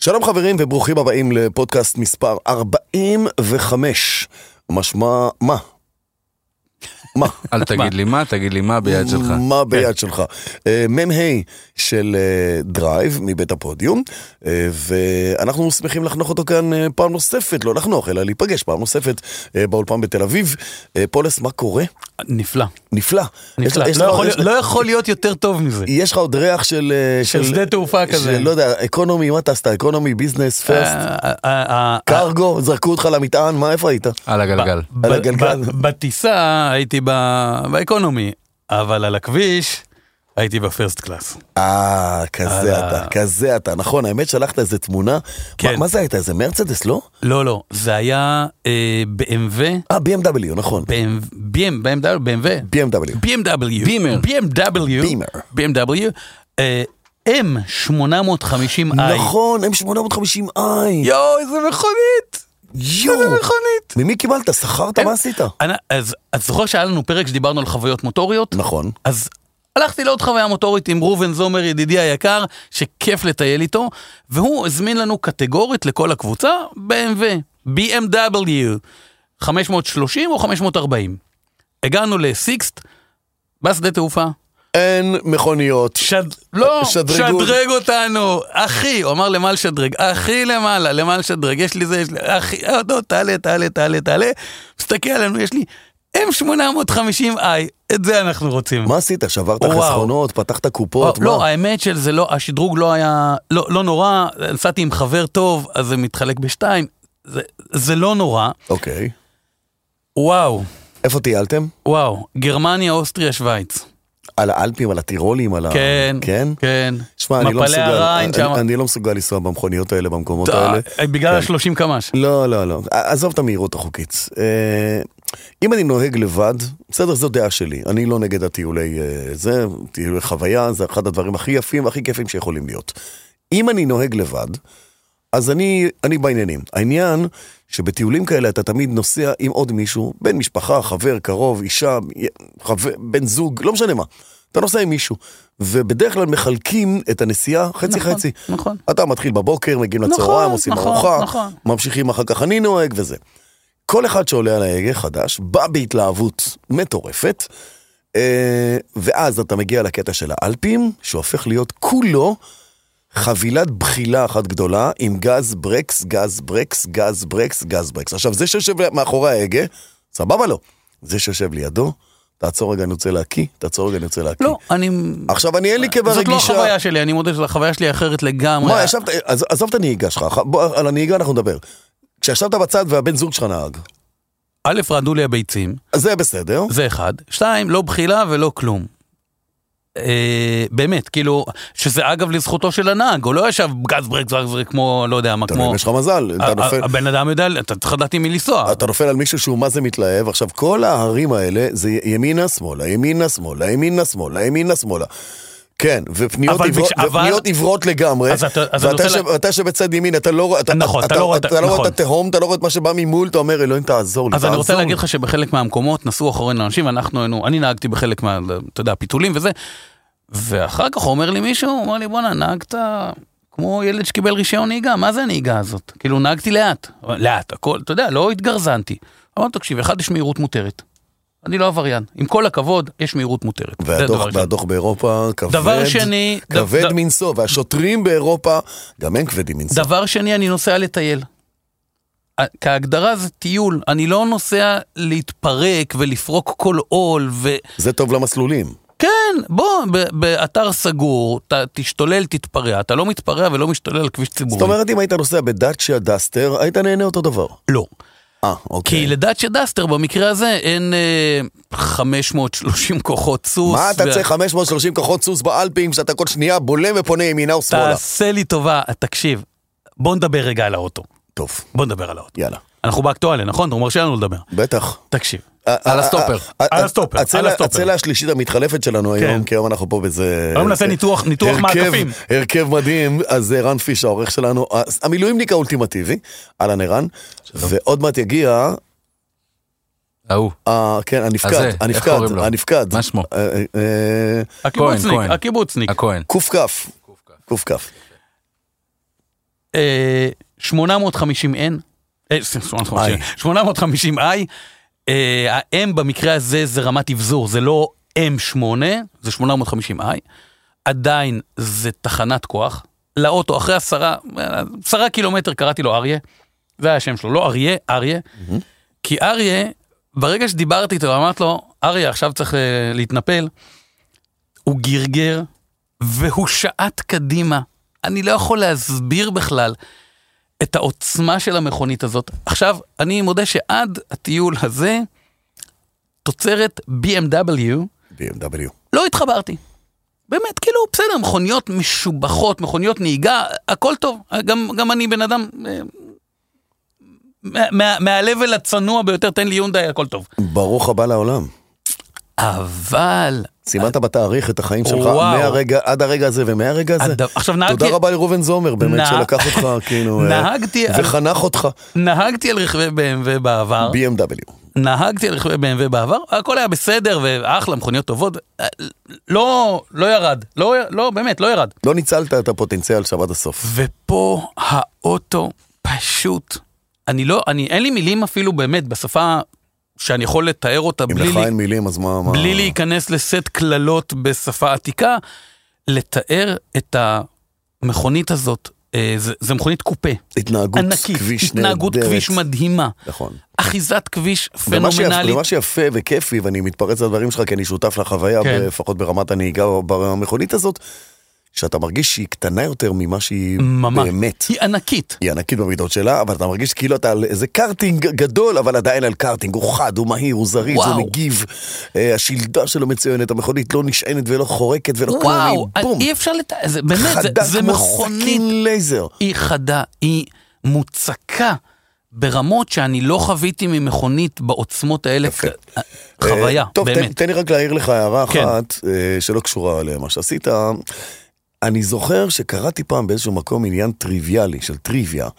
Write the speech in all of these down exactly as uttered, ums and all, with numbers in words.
שלום חברים וברוכים הבאים לפודקאסט מספר ארבעים וחמש. משמע, מה? מה? אל תגיד לי מה, תגיד לי מה ביד שלך. מה ביד שלך. ממהי של דרייב מבית הפודיום, ואנחנו שמחים לחנוך אותו כאן פעם נוספת, לא לחנוך, אלא להיפגש פעם נוספת באולפן בתל אביב. פולס, מה קורה? נפלא. נפלא. נפלא. לא יכול להיות יותר טוב מזה. יש לך עוד ריח של... של שדה תעופה כזה. לא יודע, אקונומי, מה אתה עשתה? אקונומי, ביזנס, פרסט, קארגו, זרקו אותך למטען, מה, איפה היית? על הגלגל. על הגלגל. בטיסה הייתי באקונומי, אבל על הכביש הייתי בפרסט קלאס. אה, כזה אתה, כזה אתה. נכון, האמת שלחת איזה תמונה. מה זה הייתה? איזה מרצדס, לא? לא, לא. זה היה בי אם דאבליו. אה, בי אם דאבליו, נכון. בי אם דאבליו, בי אם דאבליו. בי אם דאבליו. בי אם דאבליו. בימר. בי אם דאבליו. בימר. בי אם דאבליו. אם שמונה מאות וחמישים איי. נכון, אם שמונה מאות וחמישים איי. יואו, איזה מכונית. יואו. איזה מכונית. ממי קיבלת? שכרת? מה עשית? אז את זוכר שהיה לנו פרק שדיברנו על חוויות מוטוריות? נכון. אז הלכתי לעוד חוויה מוטורית עם רובן זומר, ידידי היקר, שכיף לטייל איתו, והוא הזמין לנו קטגורית לכל הקבוצה, בי אם דאבליו, בי אם דאבליו, חמש מאות ושלושים או חמש מאות וארבעים. הגענו לסיקסט, בשדה תעופה. אין מכוניות. שד... לא, שדרגות. שדרג אותנו. אחי, הוא אמר למה לשדרג? אחי למעלה, למה לשדרג? יש לי זה, יש לי... אחי, לא, תעלה, תעלה, תעלה, תעלה. מסתכל עלינו, יש לי... אם שמונה מאות וחמישים איי, את זה אנחנו רוצים. מה עשית? שברת חסכונות, פתחת קופות? לא, האמת של זה לא, השדרוג לא היה, לא נורא, נסעתי עם חבר טוב, אז זה מתחלק בשתיים, זה לא נורא. אוקיי. וואו. איפה טיילתם? וואו, גרמניה, אוסטריה, שוויץ. על האלפים, על הטירולים, על ה... כן, כן. כן. שמע, אני לא מסוגל, אני לא מסוגל לנסוע במכוניות האלה, במקומות האלה. בגלל ה-שלושים קמ"ש. לא, לא, לא. עזוב את המהירות החוקית. אם אני נוהג לבד, בסדר, זו דעה שלי. אני לא נגד הטיולי זה, טיולי חוויה, זה אחד הדברים הכי יפים והכי כיפים שיכולים להיות. אם אני נוהג לבד, אז אני, אני בעניינים. העניין שבטיולים כאלה אתה תמיד נוסע עם עוד מישהו, בן משפחה, חבר, קרוב, אישה, חבר, בן זוג, לא משנה מה. אתה נוסע עם מישהו, ובדרך כלל מחלקים את הנסיעה חצי נכון, חצי. נכון. אתה מתחיל בבוקר, מגיעים נכון, לצהריים, עושים נכון, ארוחה, נכון. ממשיכים אחר כך אני נוהג וזה. כל אחד שעולה על ההגה חדש, בא בהתלהבות מטורפת, ואז אתה מגיע לקטע של האלפים, שהופך להיות כולו חבילת בחילה אחת גדולה, עם גז ברקס, גז ברקס, גז ברקס, גז ברקס. עכשיו, זה שיושב מאחורי ההגה, סבבה לו. זה שיושב לידו, תעצור רגע, אני רוצה להקיא, תעצור רגע, אני רוצה להקיא. לא, אני... עכשיו, אני אין לי כבר רגישה... זאת לא החוויה שלי, אני מודה שהחוויה שלי אחרת לגמרי. מה, ישבת, עזוב את הנהיגה שלך, על הנהיגה אנחנו נדבר. כשישבת בצד והבן זוג שלך נהג. א', רעדו לי הביצים. זה בסדר. זה אחד. שתיים, לא בחילה ולא כלום. אה, באמת, כאילו, שזה אגב לזכותו של הנהג, הוא לא ישב גז ברק, גז ברק, כמו, לא יודע, מה, כמו... יש לך מזל. הבן אדם יודע, אתה צריך לדעתי מי לנסוע. אתה נופל על מישהו שהוא מה זה מתלהב, עכשיו כל ההרים האלה זה ימינה שמאלה, ימינה שמאלה, ימינה שמאלה, ימינה שמאלה. כן, ופניות עברות לגמרי, ואתה שבצד ימין, אתה לא רואה את התהום, אתה לא רואה את מה שבא ממול, אתה אומר, אלוהים תעזור לי. אז אני רוצה להגיד לך שבחלק מהמקומות נסעו אחרינו אנשים, אני נהגתי בחלק מה, אתה יודע, פיתולים וזה, ואחר כך אומר לי מישהו, הוא אומר לי, בוא נהגת כמו ילד שקיבל רישיון נהיגה, מה זה הנהיגה הזאת? כאילו נהגתי לאט, לאט, הכל, אתה יודע, לא התגרזנתי. אבל תקשיב, אחד יש מהירות מותרת. אני לא עבריין. עם כל הכבוד, יש מהירות מותרת. והדוח באירופה כבד, דבר שני, כבד מנסו, והשוטרים באירופה גם הם כבדים מנסו. דבר שני, אני נוסע לטייל. כהגדרה זה טיול. אני לא נוסע להתפרק ולפרוק כל עול. זה טוב למסלולים. כן, בוא, באתר סגור, תשתולל, תתפרע. אתה לא מתפרע ולא משתולל על כביש ציבורי. זאת אומרת, אם היית נוסע בדאצ'יה דאסטר, היית נהנה אותו דבר. לא. אה, אוקיי. כי לדאצ'יה דאסטר במקרה הזה אין אה, חמש מאות ושלושים כוחות סוס. מה אתה ו... צריך חמש מאות ושלושים כוחות סוס באלפים שאתה כל שנייה בולם ופונה ימינה או שמאלה? תעשה לי טובה, תקשיב. בוא נדבר רגע על האוטו. טוב. בוא נדבר על האוטו. יאללה. אנחנו באקטואליה, נכון? אתה מרשה לנו לדבר. בטח. תקשיב. על הסטופר. על הסטופר. הצלע השלישית המתחלפת שלנו היום, כי היום אנחנו פה בזה... היום נעשה ניתוח מעקפים. הרכב מדהים, אז רן פיש, העורך שלנו, המילואימניק האולטימטיבי, אהלן ערן, ועוד מעט יגיע... ההוא. כן, הנפקד, הנפקד, הנפקד. מה שמו? הקיבוצניק, הקיבוצניק. קוף כף. קוף כף. שמונה מאות וחמישים N, שמונה מאות וחמישים I, ה-M במקרה הזה זה רמת אבזור, זה לא אם שמונה, זה שמונה מאות וחמישים I, עדיין זה תחנת כוח, לאוטו אחרי עשרה, עשרה קילומטר קראתי לו אריה, זה היה השם שלו, לא אריה, אריה, כי אריה, ברגע שדיברתי איתו, אמרת לו, אריה עכשיו צריך להתנפל, הוא גרגר, והוא שעת קדימה, אני לא יכול להסביר בכלל את העוצמה של המכונית הזאת. עכשיו, אני מודה שעד הטיול הזה, תוצרת בי אם דאבליו, בי אם דאבליו. לא התחברתי. באמת, כאילו, בסדר, מכוניות משובחות, מכוניות נהיגה, הכל טוב. גם, גם אני בן אדם, מה, מהלבל הצנוע ביותר, תן לי יונדאי, הכל טוב. ברוך הבא לעולם. אבל... סימנת בתאריך את החיים שלך מהרגע, עד הרגע הזה ומהרגע הזה. עכשיו נהגתי... תודה רבה לרובן זומר, באמת שלקח אותך, כאילו... נהגתי... וחנך אותך. נהגתי על רכבי בי אם דאבליו בעבר. בי אם דאבליו. נהגתי על רכבי בי אם דאבליו בעבר, הכל היה בסדר, ואחלה, מכוניות טובות. לא, לא ירד. לא, לא, באמת, לא ירד. לא ניצלת את הפוטנציאל שם עד הסוף. ופה האוטו פשוט... אני לא, אני, אין לי מילים אפילו באמת בשפה... שאני יכול לתאר אותה בלי, לי, מילים, אז מה, בלי מה... להיכנס לסט כללות בשפה עתיקה, לתאר את המכונית הזאת, זה, זה מכונית קופה. התנהגות ענקית, כביש נהדרת. התנהגות כביש מדהימה. נכון. אחיזת כביש פנומנלית. ומה שיפה וכיפי, ואני מתפרץ לדברים שלך, כי אני שותף לחוויה, כן. לפחות ברמת הנהיגה במכונית הזאת, שאתה מרגיש שהיא קטנה יותר ממה שהיא ממש. באמת. היא ענקית. היא ענקית במידות שלה, אבל אתה מרגיש כאילו אתה על איזה קארטינג גדול, אבל עדיין על קארטינג, הוא חד, הוא מהיר, הוא זריז, הוא מגיב, אה, השלדה שלו מצוינת, המכונית לא נשענת ולא חורקת ולא כלום, וואו, אי אפשר לתאר, זה באמת, חדה זה, זה כמו מכונית. סכין לייזר. היא חדה, היא מוצקה, ברמות שאני לא חוויתי ממכונית בעוצמות האלה, כ... חוויה, טוב, באמת. תן, תן לי רק להעיר לך הערה כן. אחת, אה, שלא קשורה למה שעשית, אני זוכר שקראתי פעם באיזשהו מקום עניין טריוויאלי, של טריוויה,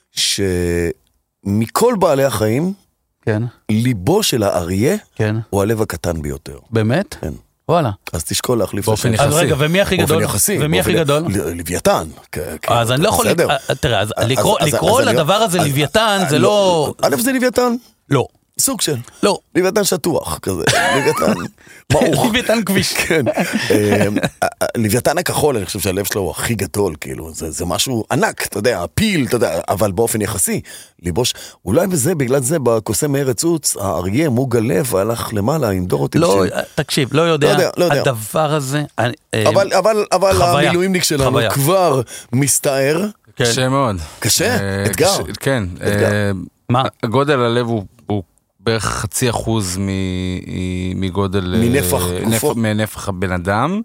שמכל בעלי החיים, כן. ליבו של האריה, כן. הוא הלב הקטן ביותר. באמת? כן. וואלה. אז תשקול להחליף באופן יחסי. אז רגע, ומי הכי גדול? באופן יחסי. ומי הכי גדול? לוויתן. אז אני לא יכול... תראה, אז לקרוא לדבר הזה לוויתן, זה לא... א' זה לוויתן? לא. סוג של. לא. לוויתן שטוח, כזה. לוויתן מעוך. לוויתן כביש. כן. לוויתן הכחול, אני חושב שהלב שלו הוא הכי גדול, כאילו, זה משהו ענק, אתה יודע, פיל, אתה יודע, אבל באופן יחסי, ליבוש, אולי בזה, בגלל זה, בקוסם מארץ עוץ, האריה מוג הלב הלך למעלה עם דורוטים. לא, תקשיב, לא יודע, הדבר הזה... אבל המילואימניק שלנו כבר מסתער. קשה מאוד. קשה? אתגר. כן. מה? גודל הלב הוא בערך חצי אחוז מגודל... מנפח גופו? מנפח הבן אדם.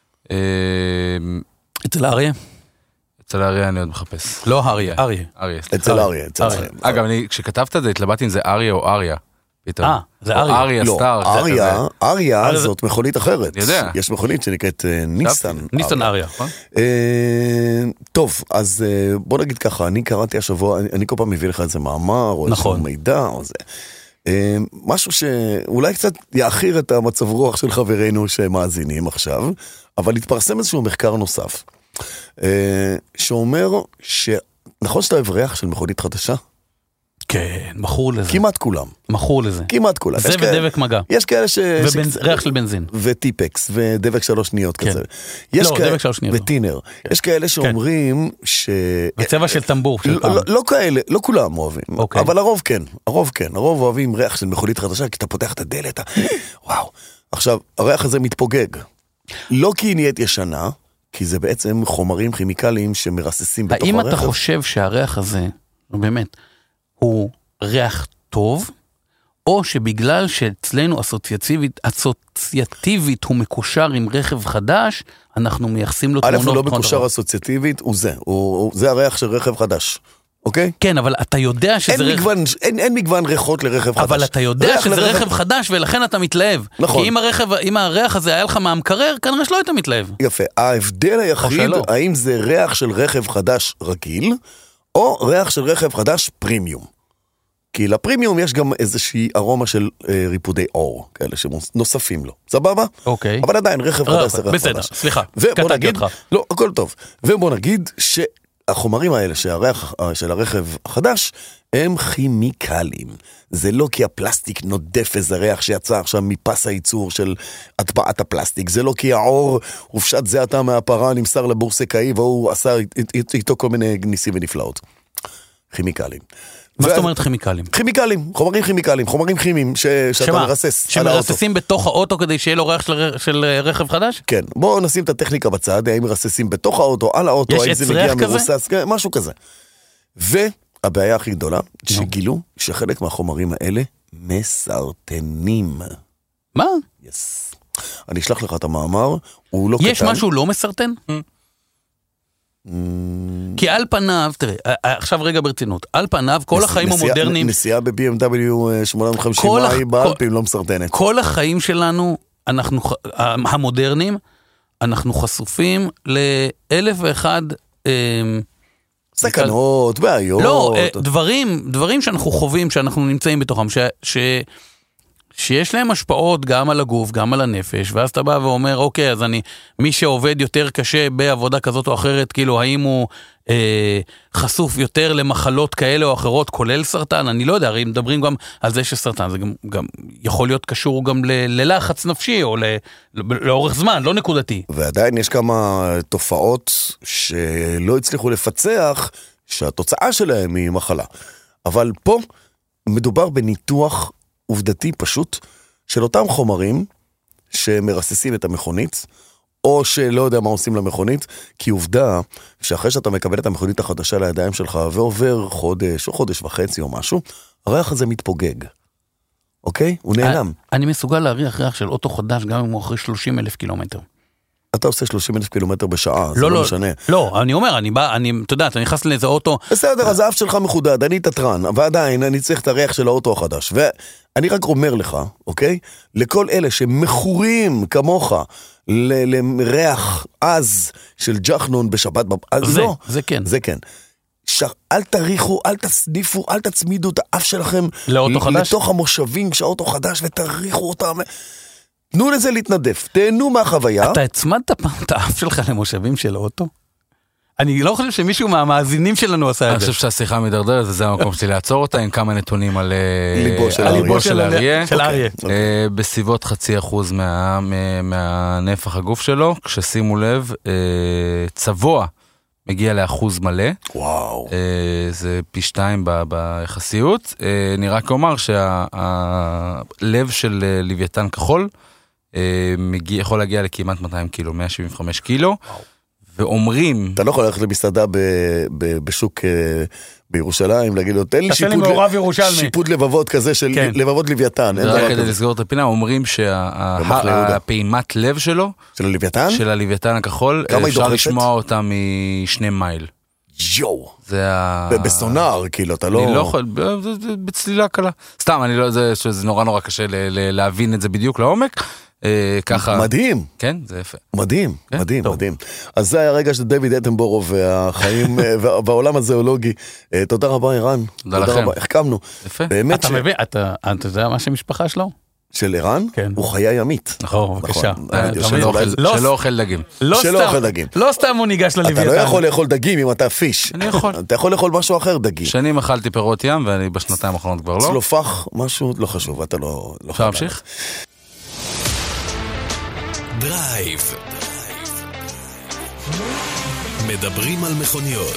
אצל האריה? אצל האריה אני עוד מחפש. לא האריה, אריה. אצל האריה. אגב, כשכתבת את זה, התלבטתי אם זה אריה או אריה. אה, זה אריה. אריה, לא, סטאר. אריה, אריה זאת מכונית אחרת. יודע. יש מכונית שנקראת ניסן. ניסן אריה. טוב, אז בוא נגיד ככה, אני קראתי השבוע, אני כל פעם מביא לך איזה מאמר, או איזה מידע, או זה. משהו שאולי קצת יאחיר את המצב רוח של חברינו שמאזינים עכשיו, אבל התפרסם איזשהו מחקר נוסף, שאומר שנכון שאתה אוהב ריח של מכונית חדשה? כן, מכור לזה. כמעט כולם. מכור לזה. כמעט כולם. זה ודבק מגע. יש כאלה ש... וריח של בנזין. וטיפקס, ודבק שלוש שניות כזה. לא, דבק שלוש שניות. וטינר. יש כאלה שאומרים ש... וצבע של טמבור. לא כאלה, לא כולם אוהבים. אבל הרוב כן, הרוב כן. הרוב אוהבים ריח של מכונית חדשה, כי אתה פותח את הדלת, וואו. עכשיו, הריח הזה מתפוגג. לא כי היא נהיית ישנה, כי זה בעצם חומרים כימיקליים שמרססים בתוך הרכב. האם אתה חושב שהריח הזה, באמת, הוא ריח טוב, או שבגלל שאצלנו אסוציאטיבית, אסוציאטיבית הוא מקושר עם רכב חדש, אנחנו מייחסים לו תמונות. א' הוא לא מקושר אסוציאטיבית, הוא זה, הוא, זה הריח של רכב חדש, אוקיי? כן, אבל אתה יודע שזה אין רכב... מגוון, אין, אין מגוון ריחות לרכב חדש. אבל אתה יודע שזה לרכב... רכב חדש, ולכן אתה מתלהב. נכון. כי אם, הרכב, אם הריח הזה היה לך מהמקרר, כנראה שלא היית מתלהב. יפה, ההבדל היחיד, האם זה ריח של רכב חדש רגיל, או ריח של רכב חדש פרימיום. כי לפרימיום יש גם איזושהי ארומה של אה, ריפודי אור, כאלה שנוספים לו. סבבה? אוקיי. אבל עדיין רכב חדש זה רכב בסדר, חדש. סליחה, ובוא קטעתי נגיד, אותך. לא, הכל טוב. ובוא נגיד החומרים האלה שהריח, של הרכב החדש, הם כימיקלים. זה לא כי הפלסטיק נודף איזה ריח שיצא עכשיו מפס הייצור של הטבעת הפלסטיק. זה לא כי העור הופשט זה עתה מהפרה, נמסר לבורסקאי, והוא עשה איתו כל מיני ניסים ונפלאות. כימיקלים. מה זאת אומרת כימיקלים? כימיקלים, חומרים כימיקלים, חומרים כימיים ש... שאתה מרסס על האוטו. שמרססים בתוך האוטו כדי שיהיה לו ריח של, של רכב חדש? כן, בואו נשים את הטכניקה בצד, האם מרססים בתוך האוטו, על האוטו, יש האם עץ זה ריח מגיע כזה? מרוסס, משהו כזה. והבעיה הכי גדולה, שגילו שחלק מהחומרים האלה מסרטנים. מה? יס. אני אשלח לך את המאמר, הוא לא קטן. יש משהו לא מסרטן? כי על פניו, תראה, עכשיו רגע ברצינות, על פניו כל החיים המודרניים... נסיעה ב-בי אם דאבליו שמונה מאות וחמישים מאי באלפים לא מסרטנת. כל החיים שלנו, אנחנו, המודרניים, אנחנו חשופים לאלף ואחד... סכנות, בעיות. לא, דברים, דברים שאנחנו חווים, שאנחנו נמצאים בתוכם, ש... ש... שיש להם השפעות גם על הגוף, גם על הנפש, ואז אתה בא ואומר, אוקיי, אז אני, מי שעובד יותר קשה בעבודה כזאת או אחרת, כאילו, האם הוא אה, חשוף יותר למחלות כאלה או אחרות, כולל סרטן? אני לא יודע, הרי מדברים גם על זה שסרטן, זה גם, גם יכול להיות קשור גם ל, ללחץ נפשי, או ל, לאורך זמן, לא נקודתי. ועדיין יש כמה תופעות שלא הצליחו לפצח, שהתוצאה שלהם היא מחלה. אבל פה מדובר בניתוח עובדתי פשוט, של אותם חומרים שמרססים את המכונית, או שלא יודע מה עושים למכונית, כי עובדה שאחרי שאתה מקבל את המכונית החדשה לידיים שלך, ועובר חודש או חודש וחצי או משהו, הריח הזה מתפוגג. אוקיי? הוא נעלם. אני מסוגל להריח ריח של אוטו חדש, גם אם הוא אחרי שלושים אלף קילומטר. אתה עושה שלושים אלף קילומטר בשעה, זה לא משנה. לא, אני אומר, אני בא, אני, אתה יודע, אתה נכנס לאיזה אוטו... בסדר, אז האף שלך מחודד, אני תטרן, ועדיין אני צריך את הריח של האוטו החדש. ואני רק אומר לך, אוקיי? לכל אלה שמכורים כמוך לריח עז של ג'חנון בשבת... זה, זה כן. זה כן. אל תריחו, אל תסניפו, אל תצמידו את האף שלכם... לאוטו חדש? לתוך המושבים כשהאוטו חדש ותריחו אותם... תנו לזה להתנדף, תהנו מהחוויה. אתה הצמדת פעם את האף שלך למושבים של אוטו? אני לא חושב שמישהו מהמאזינים שלנו עשה את זה. אני חושב שהשיחה מדרדרת, וזה המקום שלי לעצור אותה, עם כמה נתונים על ליבו של האריה. של האריה. בסביבות חצי אחוז מהנפח הגוף שלו, כששימו לב, צבוע מגיע לאחוז מלא. וואו. זה פי שתיים ביחסיות. אני רק אומר שהלב של לוויתן כחול, מגיע, יכול להגיע לכמעט מאתיים קילו, מאה שבעים וחמש קילו, ואומרים... אתה לא יכול ללכת למסעדה ב, ב, בשוק בירושלים, להגיד לו, תן לי שיפוד, ל... שיפוד לבבות כזה של כן. לבבות לוויתן. רק כדי לסגור את הפינה, אומרים שהפעימת לב שלו, של הלוויתן? של הלוויתן הכחול, אפשר לשמוע אותה משני מייל. יו, זה ה... בסונאר, כאילו, אתה לא... אני לא יכול, בצלילה קלה. סתם, אני לא, זה נורא נורא קשה להבין את זה בדיוק לעומק. ככה... מדהים. כן, זה יפה. מדהים, מדהים, מדהים. אז זה היה הרגע של דויד אטנבורו והחיים והעולם הזואולוגי. תודה רבה, ערן. תודה לכם. החכמנו. יפה. אתה מבין, אתה יודע מה שמשפחה שלו? של ערן? כן. הוא חיי ימית. נכון, בבקשה. שלא אוכל דגים. שלא אוכל דגים. לא סתם הוא ניגש ללוויתן. אתה לא יכול לאכול דגים אם אתה פיש. אני יכול. אתה יכול לאכול משהו אחר דגים. שנים אכלתי פירות ים, ואני בשנתיים האחרונות כבר לא. צלופח, משהו לא חשוב, אתה לא... אפשר להמשיך? דרייב. מדברים על מכוניות.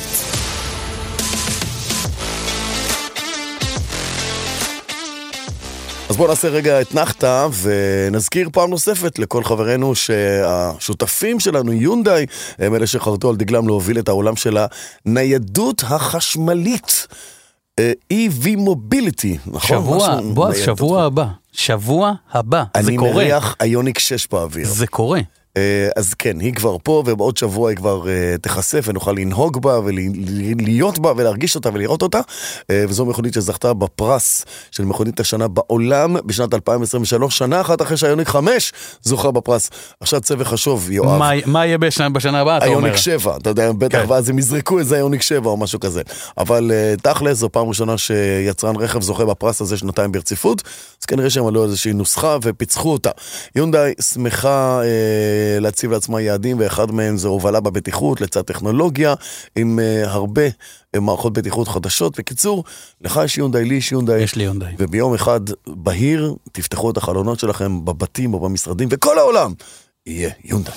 אז בואו נעשה רגע את נחתה ונזכיר פעם נוספת לכל חברינו שהשותפים שלנו, יונדאי, הם אלה שחרטו על דגלם להוביל את העולם של הניידות החשמלית. אי וי מוביליטי, נכון? שבוע, בוא, שבוע הבא. שבוע הבא, זה קורה. אני מריח איוניק שש באוויר. זה קורה. אז כן, היא כבר פה, ובעוד שבוע היא כבר תחשף, ונוכל לנהוג בה, ולהיות בה, ולהרגיש אותה, ולראות אותה. וזו מכונית שזכתה בפרס של מכונית השנה בעולם, בשנת אלפיים עשרים ושלוש, שנה אחת אחרי שהיוניק חמש זוכה בפרס. עכשיו צבע חשוב, יואב. מה, מה יהיה בשנה, בשנה הבאה, אתה אומר? היוניק שבע, אתה יודע, בטח, כן. ואז הם יזרקו איזה היוניק שבע או משהו כזה. אבל תכל'ס, זו פעם ראשונה שיצרן רכב זוכה בפרס הזה שנתיים ברציפות, אז כנראה שהם עלו איזושהי נוסחה ופיצחו אותה. יונדאי שמחה להציב לעצמה יעדים, ואחד מהם זה הובלה בבטיחות, לצד טכנולוגיה, עם הרבה מערכות בטיחות חדשות. בקיצור, לך יש יונדאי, לי יש יונדאי. יש לי יונדאי. וביום אחד בהיר, תפתחו את החלונות שלכם בבתים או במשרדים, וכל העולם יהיה יונדאי.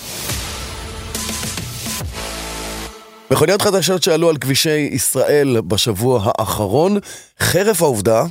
מכוניות חדשות שעלו על כבישי ישראל בשבוע האחרון, חרף העובדה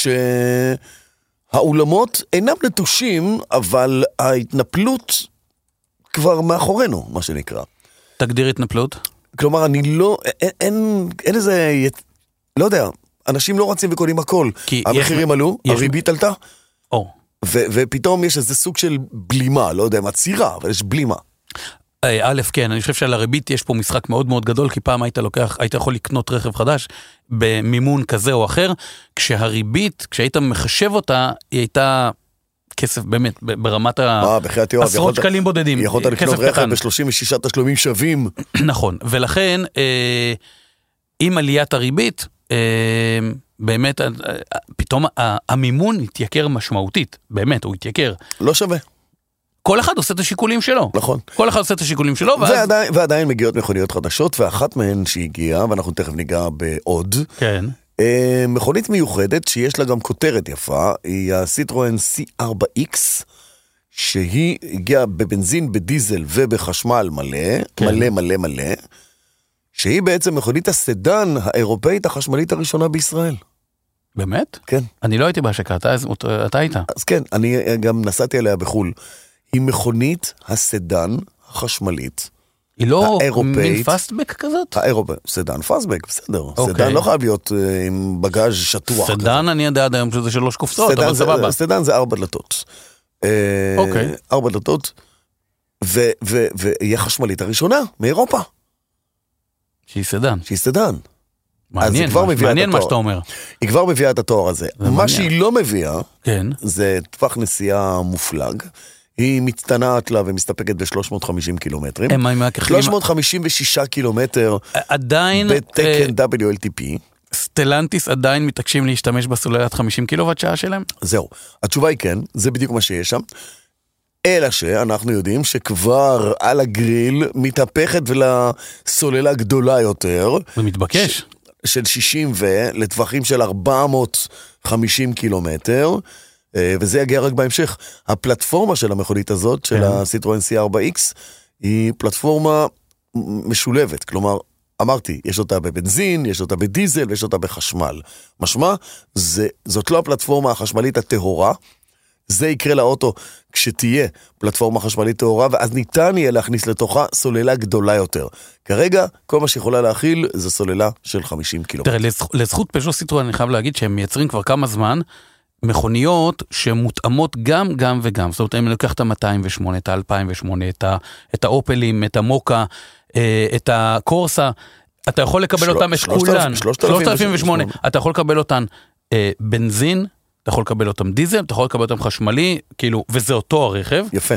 שהאולמות אינם נטושים, אבל ההתנפלות כבר מאחורינו, מה שנקרא. תגדיר התנפלות? כלומר, אני לא, אין, אין, אין איזה, לא יודע, אנשים לא רצים וקונים הכל. המחירים יש, עלו, יש... הריבית עלתה, או. ו- ופתאום יש איזה סוג של בלימה, לא יודע, מצירה, אבל יש בלימה. א', כן, אני חושב שעל הריבית יש פה משחק מאוד מאוד גדול, כי פעם היית לוקח, היית יכול לקנות רכב חדש במימון כזה או אחר, כשהריבית, כשהיית מחשב אותה, היא הייתה כסף באמת ברמת העשרות שקלים בודדים. יכולת לקנות רכב ב-שלושים ושישה תשלומים שווים. נכון, ולכן, עם עליית הריבית, באמת, פתאום המימון התייקר משמעותית, באמת, הוא התייקר. לא שווה. כל אחד עושה את השיקולים שלו. נכון. כל אחד עושה את השיקולים שלו, ואז... ועדיין, ועדיין מגיעות מכוניות חדשות, ואחת מהן שהגיעה, ואנחנו תכף ניגע בעוד. כן. אה, מכונית מיוחדת שיש לה גם כותרת יפה, היא הסיטרואן סי ארבע איקס, שהיא הגיעה בבנזין, בדיזל ובחשמל מלא, כן. מלא מלא מלא, שהיא בעצם מכונית הסדן האירופאית החשמלית הראשונה בישראל. באמת? כן. אני לא הייתי בהשקה, אתה, אתה היית. אז כן, אני גם נסעתי עליה בחול. היא מכונית הסדן החשמלית. היא לא מין פאסטבק כזאת? האירופאית, סדן פאסטבק, בסדר. סדן לא חייב להיות עם בגאז' שטוח. סדן אני יודע עד היום שזה שלוש קופסאות, אבל סבבה. סדן זה ארבע דלתות. אוקיי. ארבע דלתות, והיא החשמלית הראשונה מאירופה. שהיא סדן. שהיא סדן. מעניין, מעניין מה שאתה אומר. היא כבר מביאה את התואר הזה. מה שהיא לא מביאה, זה טווח נסיעה מופלג. היא מצטנעת לה ומסתפקת ב-שלוש מאות וחמישים קילומטרים. שלוש מאות חמישים ושישה קילומטר עדיין בתקן דאבליו אל טי פי. סטלנטיס עדיין מתעקשים להשתמש בסוללת חמישים קילוואט שעה שלהם? זהו. התשובה היא כן, זה בדיוק מה שיש שם. אלא שאנחנו יודעים שכבר על הגריל מתהפכת ולסוללה גדולה יותר. זה מתבקש. של שישים ולטווחים של ארבע מאות וחמישים קילומטר. וזה יגיע רק בהמשך. הפלטפורמה של המכונית הזאת, של הסיטרואן סי ארבע איקס, היא פלטפורמה משולבת. כלומר, אמרתי, יש אותה בבנזין, יש אותה בדיזל, ויש אותה בחשמל. משמע, זה, זאת לא הפלטפורמה החשמלית הטהורה, זה יקרה לאוטו כשתהיה פלטפורמה חשמלית טהורה, ואז ניתן יהיה להכניס לתוכה סוללה גדולה יותר. כרגע, כל מה שיכולה להכיל זה סוללה של חמישים קילומטר. תראה, לזכות פז'ו סיטרואן, אני חייב להגיד שהם מייצרים כבר כמה זמן, מכוניות שמותאמות גם, גם וגם. זאת אומרת, אם ניקח את ה-מאתיים ושמונה, את ה-אלפיים ושמונה, את, ה- את האופלים, את המוקה, את הקורסה, אתה יכול לקבל אותם את כולן. שלושת אלפים ושמונה. אתה יכול לקבל אותן בנזין, אתה יכול לקבל אותם דיזל, אתה יכול לקבל אותם חשמלי, כאילו, וזה אותו הרכב. יפה.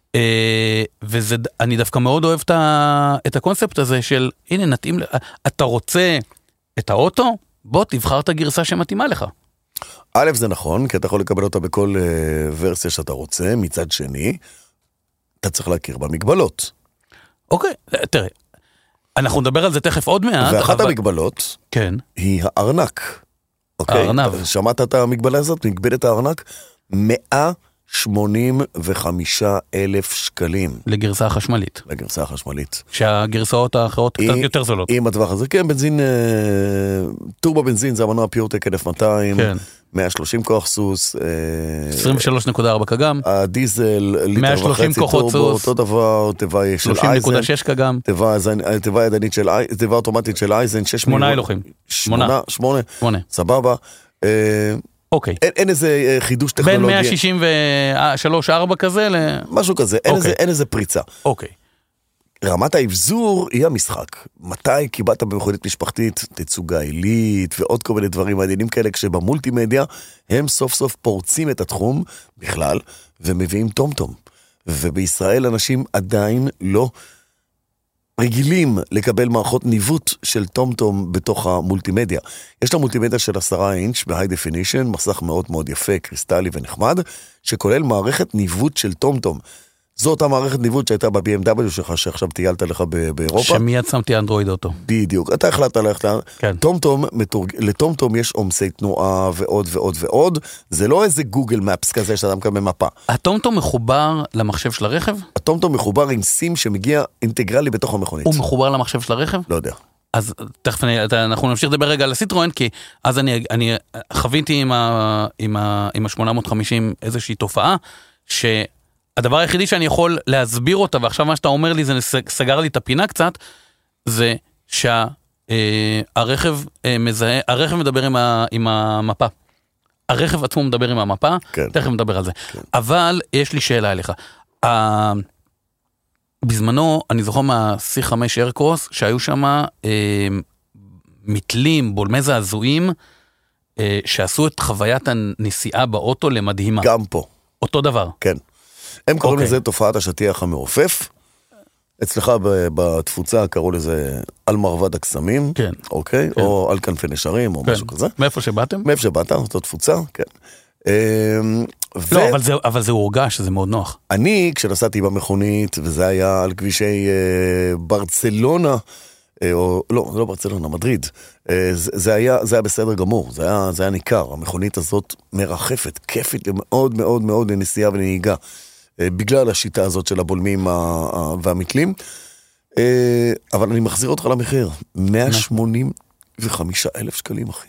ואני דווקא מאוד אוהב את הקונספט הזה של, הנה, נתאים, אתה רוצה את האוטו, בוא תבחר את הגרסה שמתאימה לך. א', זה נכון, כי אתה יכול לקבל אותה בכל uh, ורסיה שאתה רוצה, מצד שני, אתה צריך להכיר במגבלות. אוקיי, תראה, אנחנו נדבר על זה תכף עוד מעט. ואחת אבל... המגבלות כן. היא הארנק. אוקיי? הארנב. שמעת את המגבלה הזאת? מגבלת הארנק? מאה שמונים וחמישה אלף שקלים. לגרסה החשמלית. לגרסה החשמלית. שהגרסות האחרות קצת יותר זולות. עם הטווח הזה, כן, בנזין, טורבו בנזין, זה המנוע פיורטק אלף ומאתיים, כן. מאה ושלושים כוח סוס, עשרים ושלוש נקודה ארבע קגם, הדיזל, ליטר וחצי טורבו, אותו דבר, תיבה של אייזן, שלושים נקודה שש קגם, תיבה ידנית של אייזן, תיבה אוטומטית של אייזן, שמונה הילוכים, שמונה, שמונה, סבבה, אוקיי. אין, אין איזה חידוש טכנולוגי. בין מאה שישים ושלוש ארבע כזה ל... משהו כזה, אין, אוקיי. איזה, אין איזה פריצה. אוקיי. רמת האבזור היא המשחק. מתי קיבלת במכונית משפחתית תצוגה עילית ועוד כל מיני דברים מעניינים כאלה, כשבמולטימדיה הם סוף סוף פורצים את התחום בכלל ומביאים טום-טום. ובישראל אנשים עדיין לא רגילים לקבל מערכות ניווט של טום-טום בתוך המולטימדיה. יש לה מולטימדיה של עשרה אינץ' בהיי דפינישן, מסך מאוד מאוד יפה, קריסטלי ונחמד, שכולל מערכת ניווט של טום-טום. זאת המערכת ניווט שהייתה ב-בי אם דאבליו שלך, שעכשיו טיילת לך באירופה. שמיד שמתי אנדרואיד אוטו. בדיוק, אתה החלטת ללכת, כן. טומטום, לטומטום יש עומסי תנועה ועוד ועוד ועוד, זה לא איזה גוגל מפס כזה שאתה מקבל מפה. הטומטום מחובר למחשב של הרכב? הטומטום מחובר עם סים שמגיע אינטגרלי בתוך המכונית. הוא מחובר למחשב של הרכב? לא יודע. אז תכף אני, אנחנו נמשיך לדבר רגע על הסיטרואן, כי אז אני, אני חוויתי עם ה, עם ה, עם ה-שמונה מאות וחמישים איזושהי תופעה, שהדבר היחידי שאני יכול להסביר אותה, ועכשיו מה שאתה אומר לי, זה סגר לי את הפינה קצת, זה שהרכב מזהה, הרכב מדבר עם, ה, עם המפה. הרכב עצמו מדבר עם המפה, כן. תכף מדבר על זה. כן. אבל יש לי שאלה אליך. ה... בזמנו, אני זוכר מה-סי חמש איירקרוס, שהיו שם אה, מתלים, בולמי זעזועים, אה, שעשו את חוויית הנסיעה באוטו למדהימה. גם פה. אותו דבר. כן. הם קוראים אוקיי. לזה תופעת השטיח המעופף. אצלך בתפוצה קראו לזה על מרבד הקסמים. כן. אוקיי? כן. או על כנפי נשרים, או כן. משהו כזה. מאיפה שבאתם? מאיפה שבאת, זאת תפוצה, כן. ו... לא, אבל זה, אבל זה הורגש, זה מאוד נוח. אני, כשנסעתי במכונית, וזה היה על כבישי אה, ברצלונה, אה, או לא, לא ברצלונה, מדריד, אה, זה, זה, היה, זה היה בסדר גמור, זה היה, זה היה ניכר, המכונית הזאת מרחפת, כיפית מאוד מאוד מאוד לנסיעה ולנהיגה, אה, בגלל השיטה הזאת של הבולמים ה, ה, והמתלים, אה, אבל אני מחזיר אותך למחיר, מאה שמונים וחמישה אלף שקלים, אחי.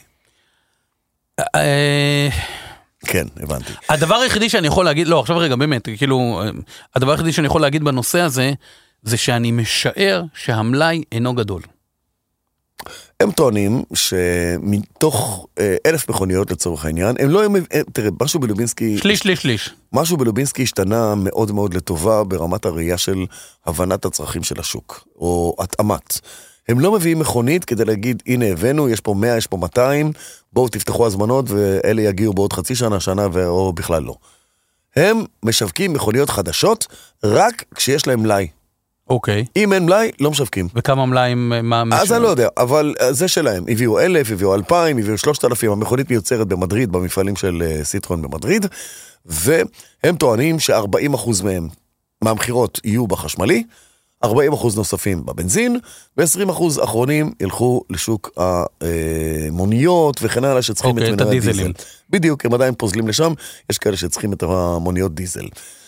אה... כן, הבנתי. הדבר היחידי שאני יכול להגיד, לא, עכשיו רגע, באמת, כאילו, הדבר היחידי שאני יכול להגיד בנושא הזה, זה שאני משער שהמלאי אינו גדול. הם טוענים שמתוך אה, אלף מכוניות לצורך העניין, הם לא, הם, תראה, משהו בלובינסקי... שליש, שליש, שליש. משהו בלובינסקי השתנה מאוד מאוד לטובה ברמת הראייה של הבנת הצרכים של השוק, או התאמת. הם לא מביאים מכונית כדי להגיד, הנה הבאנו, יש פה מאה, יש פה מאתיים, בואו תפתחו הזמנות ואלה יגיעו בעוד חצי שנה, שנה או בכלל לא. הם משווקים מכוניות חדשות רק כשיש להם מלאי. אוקיי. אם אין מלאי, לא משווקים. וכמה מלאים... אז אני לא יודע, אבל זה שלהם. הביאו אלף, הביאו אלפיים, הביאו שלושת אלפים, המכונית מיוצרת במדריד, במפעלים של סיטרואן במדריד, והם טוענים ש-ארבעים אחוז מהם מהמחירות יהיו בחשמלי, ארבעים אחוז נוספים בבנזין, ו-עשרים אחוז אחרונים ילכו לשוק המוניות וכן הלאה שצריכים okay, את מנועי הדיזל. בדיוק, הם עדיין פוזלים לשם, יש כאלה שצריכים את המוניות דיזל.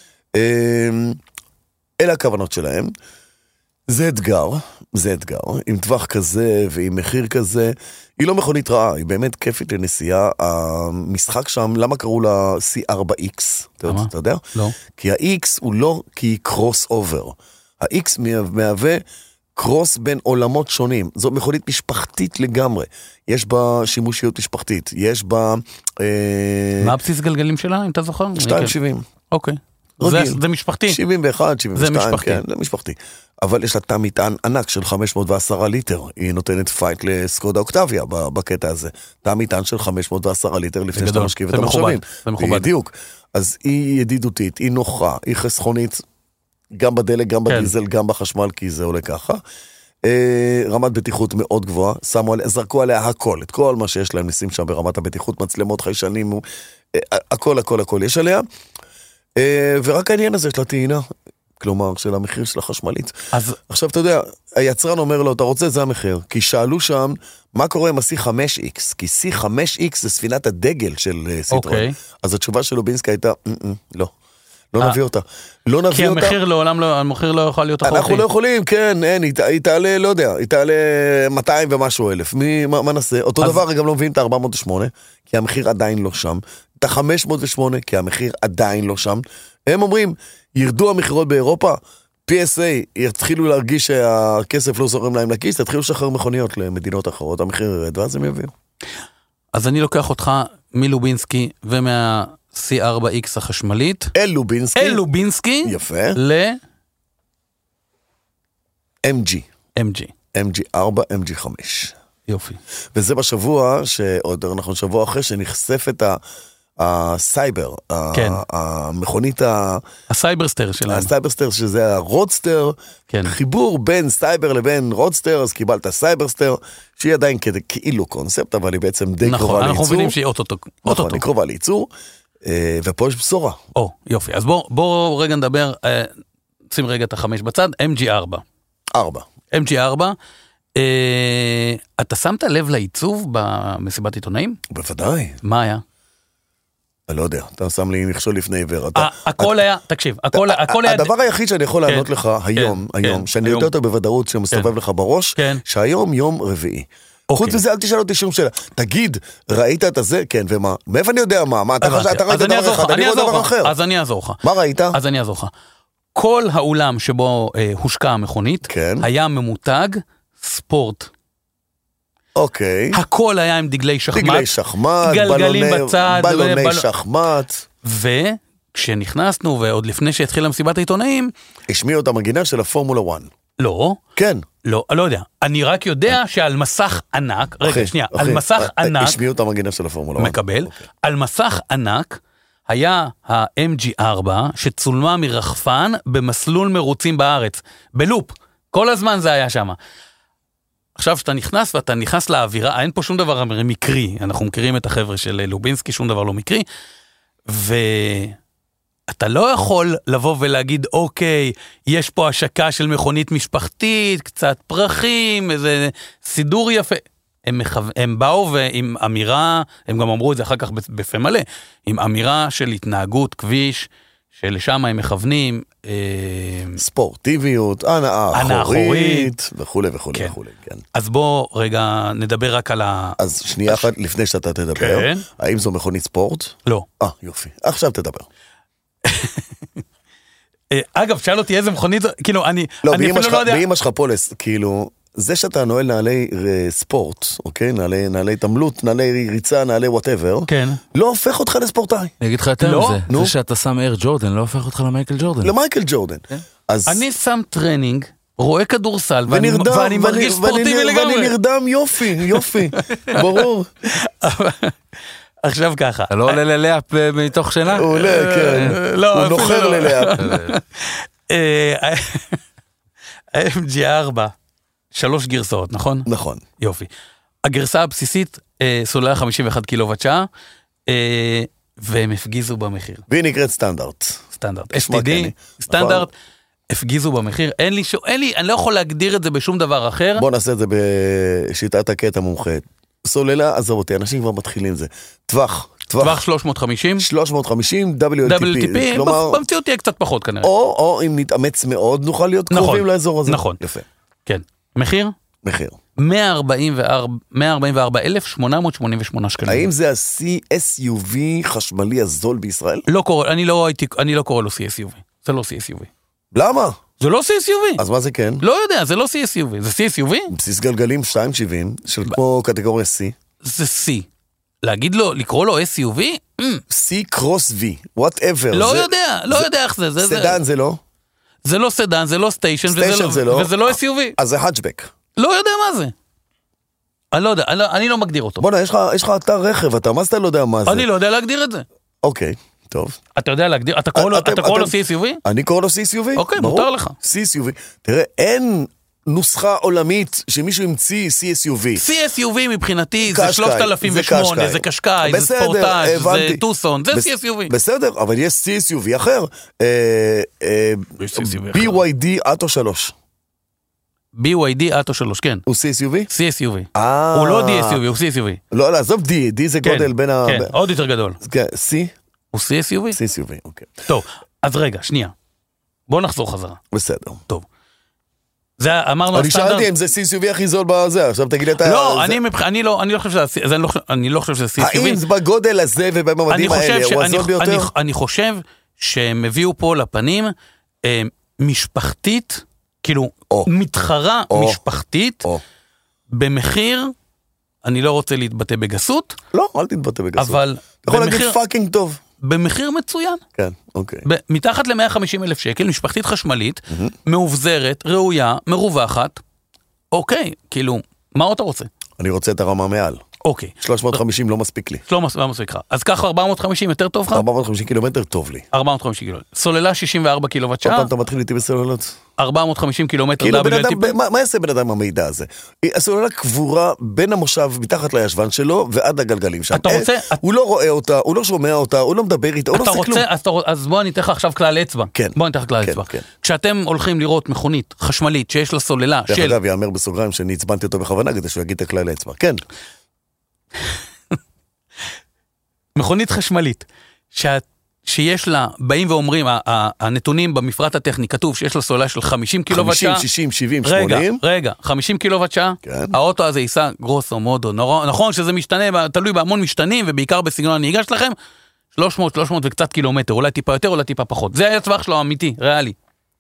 אלה הכוונות שלהם. זה אתגר, זה אתגר, עם טווח כזה ועם מחיר כזה, היא לא מכונית רעה, היא באמת כיפית לנסיעה. המשחק שם, למה קראו לה סי ארבע איקס? אתה יודע? לא. כי ה-X הוא לא כי היא קרוס אובר. ה-X מהווה קרוס בין עולמות שונים. זו מכונית משפחתית לגמרי. יש בה שימושיות משפחתית. יש בה... מה הבסיס גלגלים שלה, אם אתה זוכר? שתיים שבעים. אוקיי. זה, זה משפחתי. שבעים ואחת, שבעים ושתיים. זה משפחתי. כן, זה משפחתי. אבל יש לה תא מטען ענק של חמש מאות ועשרה ליטר. היא נותנת פייט לסקודה אוקטביה בקטע הזה. תא מטען של חמש מאות ועשרה ליטר לפני שאתה משקיף את המשאבים. זה מכובד. בדיוק. אז היא ידידותית, היא נוחה, היא חסכונית, גם בדלק, גם בדיזל, גם בחשמל, כי זה עולה ככה. רמת בטיחות מאוד גבוהה, שמו, זרקו עליה הכל, את כל מה שיש להם, ניסים שם ברמת הבטיחות, מצלמות, חיישנים, הכל, הכל, הכל יש עליה. ורק העניין הזה של הטעינה, כלומר, של המחיר של החשמלית. אז... עכשיו, אתה יודע, היצרן אומר לו, אתה רוצה, זה המחיר. כי שאלו שם, מה קורה עם ה-סי חמש איקס? כי סי חמש איקס זה ספינת הדגל של סיטרואן. Okay. אז התשובה של לובינסקי הייתה, לא. לא נביא אותה. לא נביא אותה. כי המחיר לעולם לא, המחיר לא יכול להיות אחותי. אנחנו לא יכולים, כן, אין, היא תעלה, לא יודע, היא תעלה מאתיים ומשהו אלף. מה נעשה? אותו דבר, גם לא מביאים את ה-ארבע מאות ושמונה, כי המחיר עדיין לא שם. את ה-חמש מאות ושמונה, כי המחיר עדיין לא שם. הם אומרים, ירדו המחירות באירופה, פי אס איי, יתחילו להרגיש שהכסף לא זורם להם לכיס, תתחילו לשחרר מכוניות למדינות אחרות, המחיר ירד, ואז הם יביאו. אז אני לוקח אותך מלובינסקי ומה... סי ארבע איקס החשמלית. אל לובינסקי. אל לובינסקי. יפה. ל... אם ג'י. אם ג'י. אם ג'י ארבע, אם ג'י חמש. יופי. וזה בשבוע, שעוד אנחנו שבוע אחרי שנחשפת הסייבר. כן. המכונית ה... הסייברסטר שלנו. הסייברסטר, שזה הרודסטר. כן. חיבור בין סייבר לבין רודסטר, אז קיבלת סייברסטר, שהיא עדיין כאילו קונספט, אבל היא בעצם די נכון, קרובה לייצור. נכון, אנחנו מבינים שהיא אוטוטו. נכון, היא קרובה לייצור. ופה יש בשורה. או, יופי. אז בואו בוא רגע נדבר, שים רגע את החמש בצד, אם ג'י ארבע. ארבע. אם ג'י ארבע, אה, אתה שמת לב לעיצוב במסיבת עיתונאים? בוודאי. מה היה? אני לא יודע, אתה שם לי מכשול לפני עיוור. אתה- הכל היה, תקשיב, הכל הכל היה... הדבר היחיד שאני יכול כן, לענות לך היום, כן, היום, כן, שאני היום. יודע אותו בוודאות שמסתובב כן. לך בראש, כן. שהיום יום רביעי. אוקיי. חוץ מזה, אל תשאל אותי שום שאלה. תגיד, ראית את הזה? כן, ומה? מאיפה אני יודע מה? מה, אתה חושב, אתה ראית אז אני דבר אעזור אחד, לך, אני אני רואה אעזור דבר לך, אחר. אז אני אעזור לך. מה ראית? אז אני אעזור לך. כל האולם שבו אה, הושקע המכונית, כן. היה ממותג ספורט. אוקיי. הכל היה עם דגלי שחמט. דגלי שחמט, גלגלים בלוני- בצד, בלוני ובל- שחמט. וכשנכנסנו, ועוד לפני שהתחילה מסיבת העיתונאים, השמיעו את המגינה של הפורמולה אחת. לא, כן. לא, לא יודע. אני רק יודע שעל מסך ענק, רגע, אחי, שנייה, אחי, על מסך אה, ענק, השמיעו את המגינה של הפורמולה אחת. מקבל, אוקיי. על מסך ענק, היה ה-אם ג'י ארבע שצולמה מרחפן במסלול מרוצים בארץ, בלופ, כל הזמן זה היה שם. עכשיו שאתה נכנס ואתה נכנס לאווירה, אין פה שום דבר מקרי, אנחנו מכירים את החבר'ה של לובינסקי, שום דבר לא מקרי, ואתה לא יכול לבוא ולהגיד, אוקיי, יש פה השקה של מכונית משפחתית, קצת פרחים, איזה סידור יפה. הם, מחו... הם באו ועם אמירה, הם גם אמרו את זה אחר כך בפה מלא, עם אמירה של התנהגות כביש, שלשם הם מכוונים. אה... ספורטיביות, הנאה הנאה אחורית, וכולי וכולי כן. וכולי, כן. אז בוא רגע נדבר רק על ה... אז שנייה אחת לפני שאתה תדבר, כן. האם זו מכונית ספורט? לא. אה, יופי. עכשיו תדבר. אה, אגב, שאל אותי איזה מכונית, זו, כאילו, אני, לא, אני באמא אפילו שלך, לא יודע... באמא שלך פולס, כאילו, זה שאתה נועל נעלי אה, ספורט, אוקיי? נעלי, נעלי תמלות, נעלי ריצה, נעלי וואטאבר, כן. לא הופך אותך לספורטאי. אני אגיד לך יותר לא, מזה, נו. זה שאתה שם אייר ג'ורדן לא הופך אותך למייקל ג'ורדן. למייקל ג'ורדן. אז... אני שם טרנינג, רואה כדורסל, ואני, ונרדם, ואני מרגיש ואני- ספורטיבי ואני- לגמרי. ואני נרדם, יופי, יופי, ברור. עכשיו ככה. אתה לא עולה ללאפ מתוך שינה? הוא עולה, כן. לא, הוא אפילו נוחר לא. ללאה. ה-אם ג'י ארבע, שלוש גרסאות, נכון? נכון. יופי. הגרסה הבסיסית, אה, סוללה חמישים ואחת קילוואט שעה, אה, והם הפגיזו במחיר. והיא נקראת סטנדרט. סטנדרט. כשמה אס טי די, כן היא. סטנדרט, הפגיזו במחיר. אין לי שום, אין לי, אני לא יכול להגדיר את זה בשום דבר אחר. בוא נעשה את זה בשיטת הקטע מומחה. סוללה, עזוב אותי, אנשים כבר מתחילים זה. טווח, טווח טווח. שלוש מאות חמישים, שלוש מאות חמישים דאבליו אל דאבל טי טי פי. פי, כלומר, במציאות תהיה קצת פחות כנראה. או, או אם נתאמץ מאוד, נוכל להיות נכון, קרובים לאזור הזה. נכון. יפה. כן. מחיר? מחיר. מאה ארבעים וארבע אלף שמונה מאות שמונים ושמונה שקלים. האם זה ה-סי אס יו וי חשמלי הזול בישראל? לא קורא, אני לא הייתי, אני לא קורא לו סי אס יו וי. זה לא סי אס יו וי. למה? זה לא סי אס יו וי. אז מה זה כן? לא יודע, זה לא סי אס יו וי. זה סי אס יו וי? בסיס גלגלים שתיים שבעים, של כמו קטגוריה C. זה C. להגיד לו, לקרוא לו אס יו וי? C קרוס V, whatever. לא זה- יודע, לא זה- יודע איך זה. זה- זה- סדן זה לא? זה לא סדן, זה לא סטיישן, וזה סטיישן לא- זה לא. וזה לא אס יו וי. אז זה האצ'בק. לא יודע מה זה. אני לא יודע, אני לא- אני לא מגדיר אותו. בוא'נה, יש לך- יש לך אתר רכב, אתה מה שאתה לא יודע מה זה? אני לא יודע להגדיר את זה. אוקיי, טוב. אתה יודע להגדיר, אתה קורא לו- אתם- אתה קורא לו אתם- סי אס יו וי? אני קורא לו סי אס יו וי. אוקיי, ברור. מותר לך. סי אס יו וי. תראה, אין נוסחה עולמית שמישהו המציא סי אס יו וי. סי אס יו וי מבחינתי זה קשקאי, שלושת אלפים זה ושמונה, קשקאי. זה קשקאי, זה בסדר, ספורטאז', זה הבנתי. טוסון, זה בס- סי אס יו וי. בסדר, אבל יש סי אס יו וי אחר. אה, אה, יש סי אס יו וי אחר. בי וואי די אטו שלוש. בי וואי די אטו שלוש, כן. הוא סי אס יו וי? סי אס יו וי. אה. הוא לא די אס יו וי, הוא סי אס יו וי. לא, לא, עזוב D, D זה כן, גודל בין ה... כן, עוד יותר גדול. כן, C? הוא סי אס יו וי? סי אס יו וי, אוקיי. טוב, אז רגע, שנייה. בוא נחזור חזרה. בסדר. טוב. זה אמרנו אני הסטנדרט. שאלתי אם זה סי אס יו וי הכי זול בזה, עכשיו תגיד לי אתה... לא, זה- אני מבח- אני לא, אני לא חושב שזה, זה אני לא- אני לא חושב שזה סי אס יו וי. האם זה בגודל הזה אני ובממדים חושב האלה, ש- הוא אני- הזול ביותר? אני- אני חושב שהם הביאו פה לפנים אה, משפחתית, כאילו או. מתחרה או. משפחתית, או. במחיר, אני לא רוצה להתבטא בגסות, לא, אל תתבטא בגסות. אבל אתה יכול להגיד במחיר- פאקינג טוב. במחיר מצוין. כן, אוקיי. ב- מתחת ל-מאה וחמישים אלף שקל, משפחתית חשמלית, מאובזרת, ראויה, מרווחת, אוקיי, כאילו, מה עוד אתה רוצה? אני רוצה את הרמה מעל. אוקיי. שלוש מאות וחמישים לא מספיק לי. לא מספיק לך. אז ככה ארבע מאות וחמישים יותר טוב לך? ארבע מאות וחמישים קילומטר טוב לי. ארבע מאות וחמישים קילומטר. סוללה שישים וארבע קילוואט עוד שעה. פעם אתה מתחיל איתי בסוללות. ארבע מאות וחמישים קילומטר כאילו בן דאבליו אל טי אדם, פי. מה, מה יעשה בן אדם עם המידע הזה? הסוללה קבורה בין המושב, מתחת לישבן שלו, ועד לגלגלים שם. אתה רוצה... הוא לא רואה אותה, הוא לא שומע אותה, הוא לא מדבר איתה, הוא לא עושה כלום. אז, אתה, אז בוא אני אתן לך עכשיו כלל אצבע. כן. בוא אני אתן לך כלל כן, אצבע. כן. כשאתם הולכים לראות מכונית חשמלית שיש לה סוללה דרך של... אגב, יאמר בסוגריים שאני הצבנתי אותו בכוונה כדי שהוא יגיד את הכלל האצבע. כן. מכונית חשמלית, שאת, שיש לה, באים ואומרים, הנתונים במפרט הטכני, כתוב שיש לה סוללה של חמישים קילוואט שעה. חמישים, שישים, שבעים, רגע, שמונים. רגע, חמישים קילוואט שעה, כן. האוטו הזה ייסע גרוסו מודו, נכון שזה משתנה, תלוי בהמון משתנים, ובעיקר בסגנון הנהיגה שלכם, שלוש מאות, שלוש מאות וקצת קילומטר, אולי טיפה יותר, אולי טיפה פחות. זה היה טווח שלו אמיתי, ריאלי.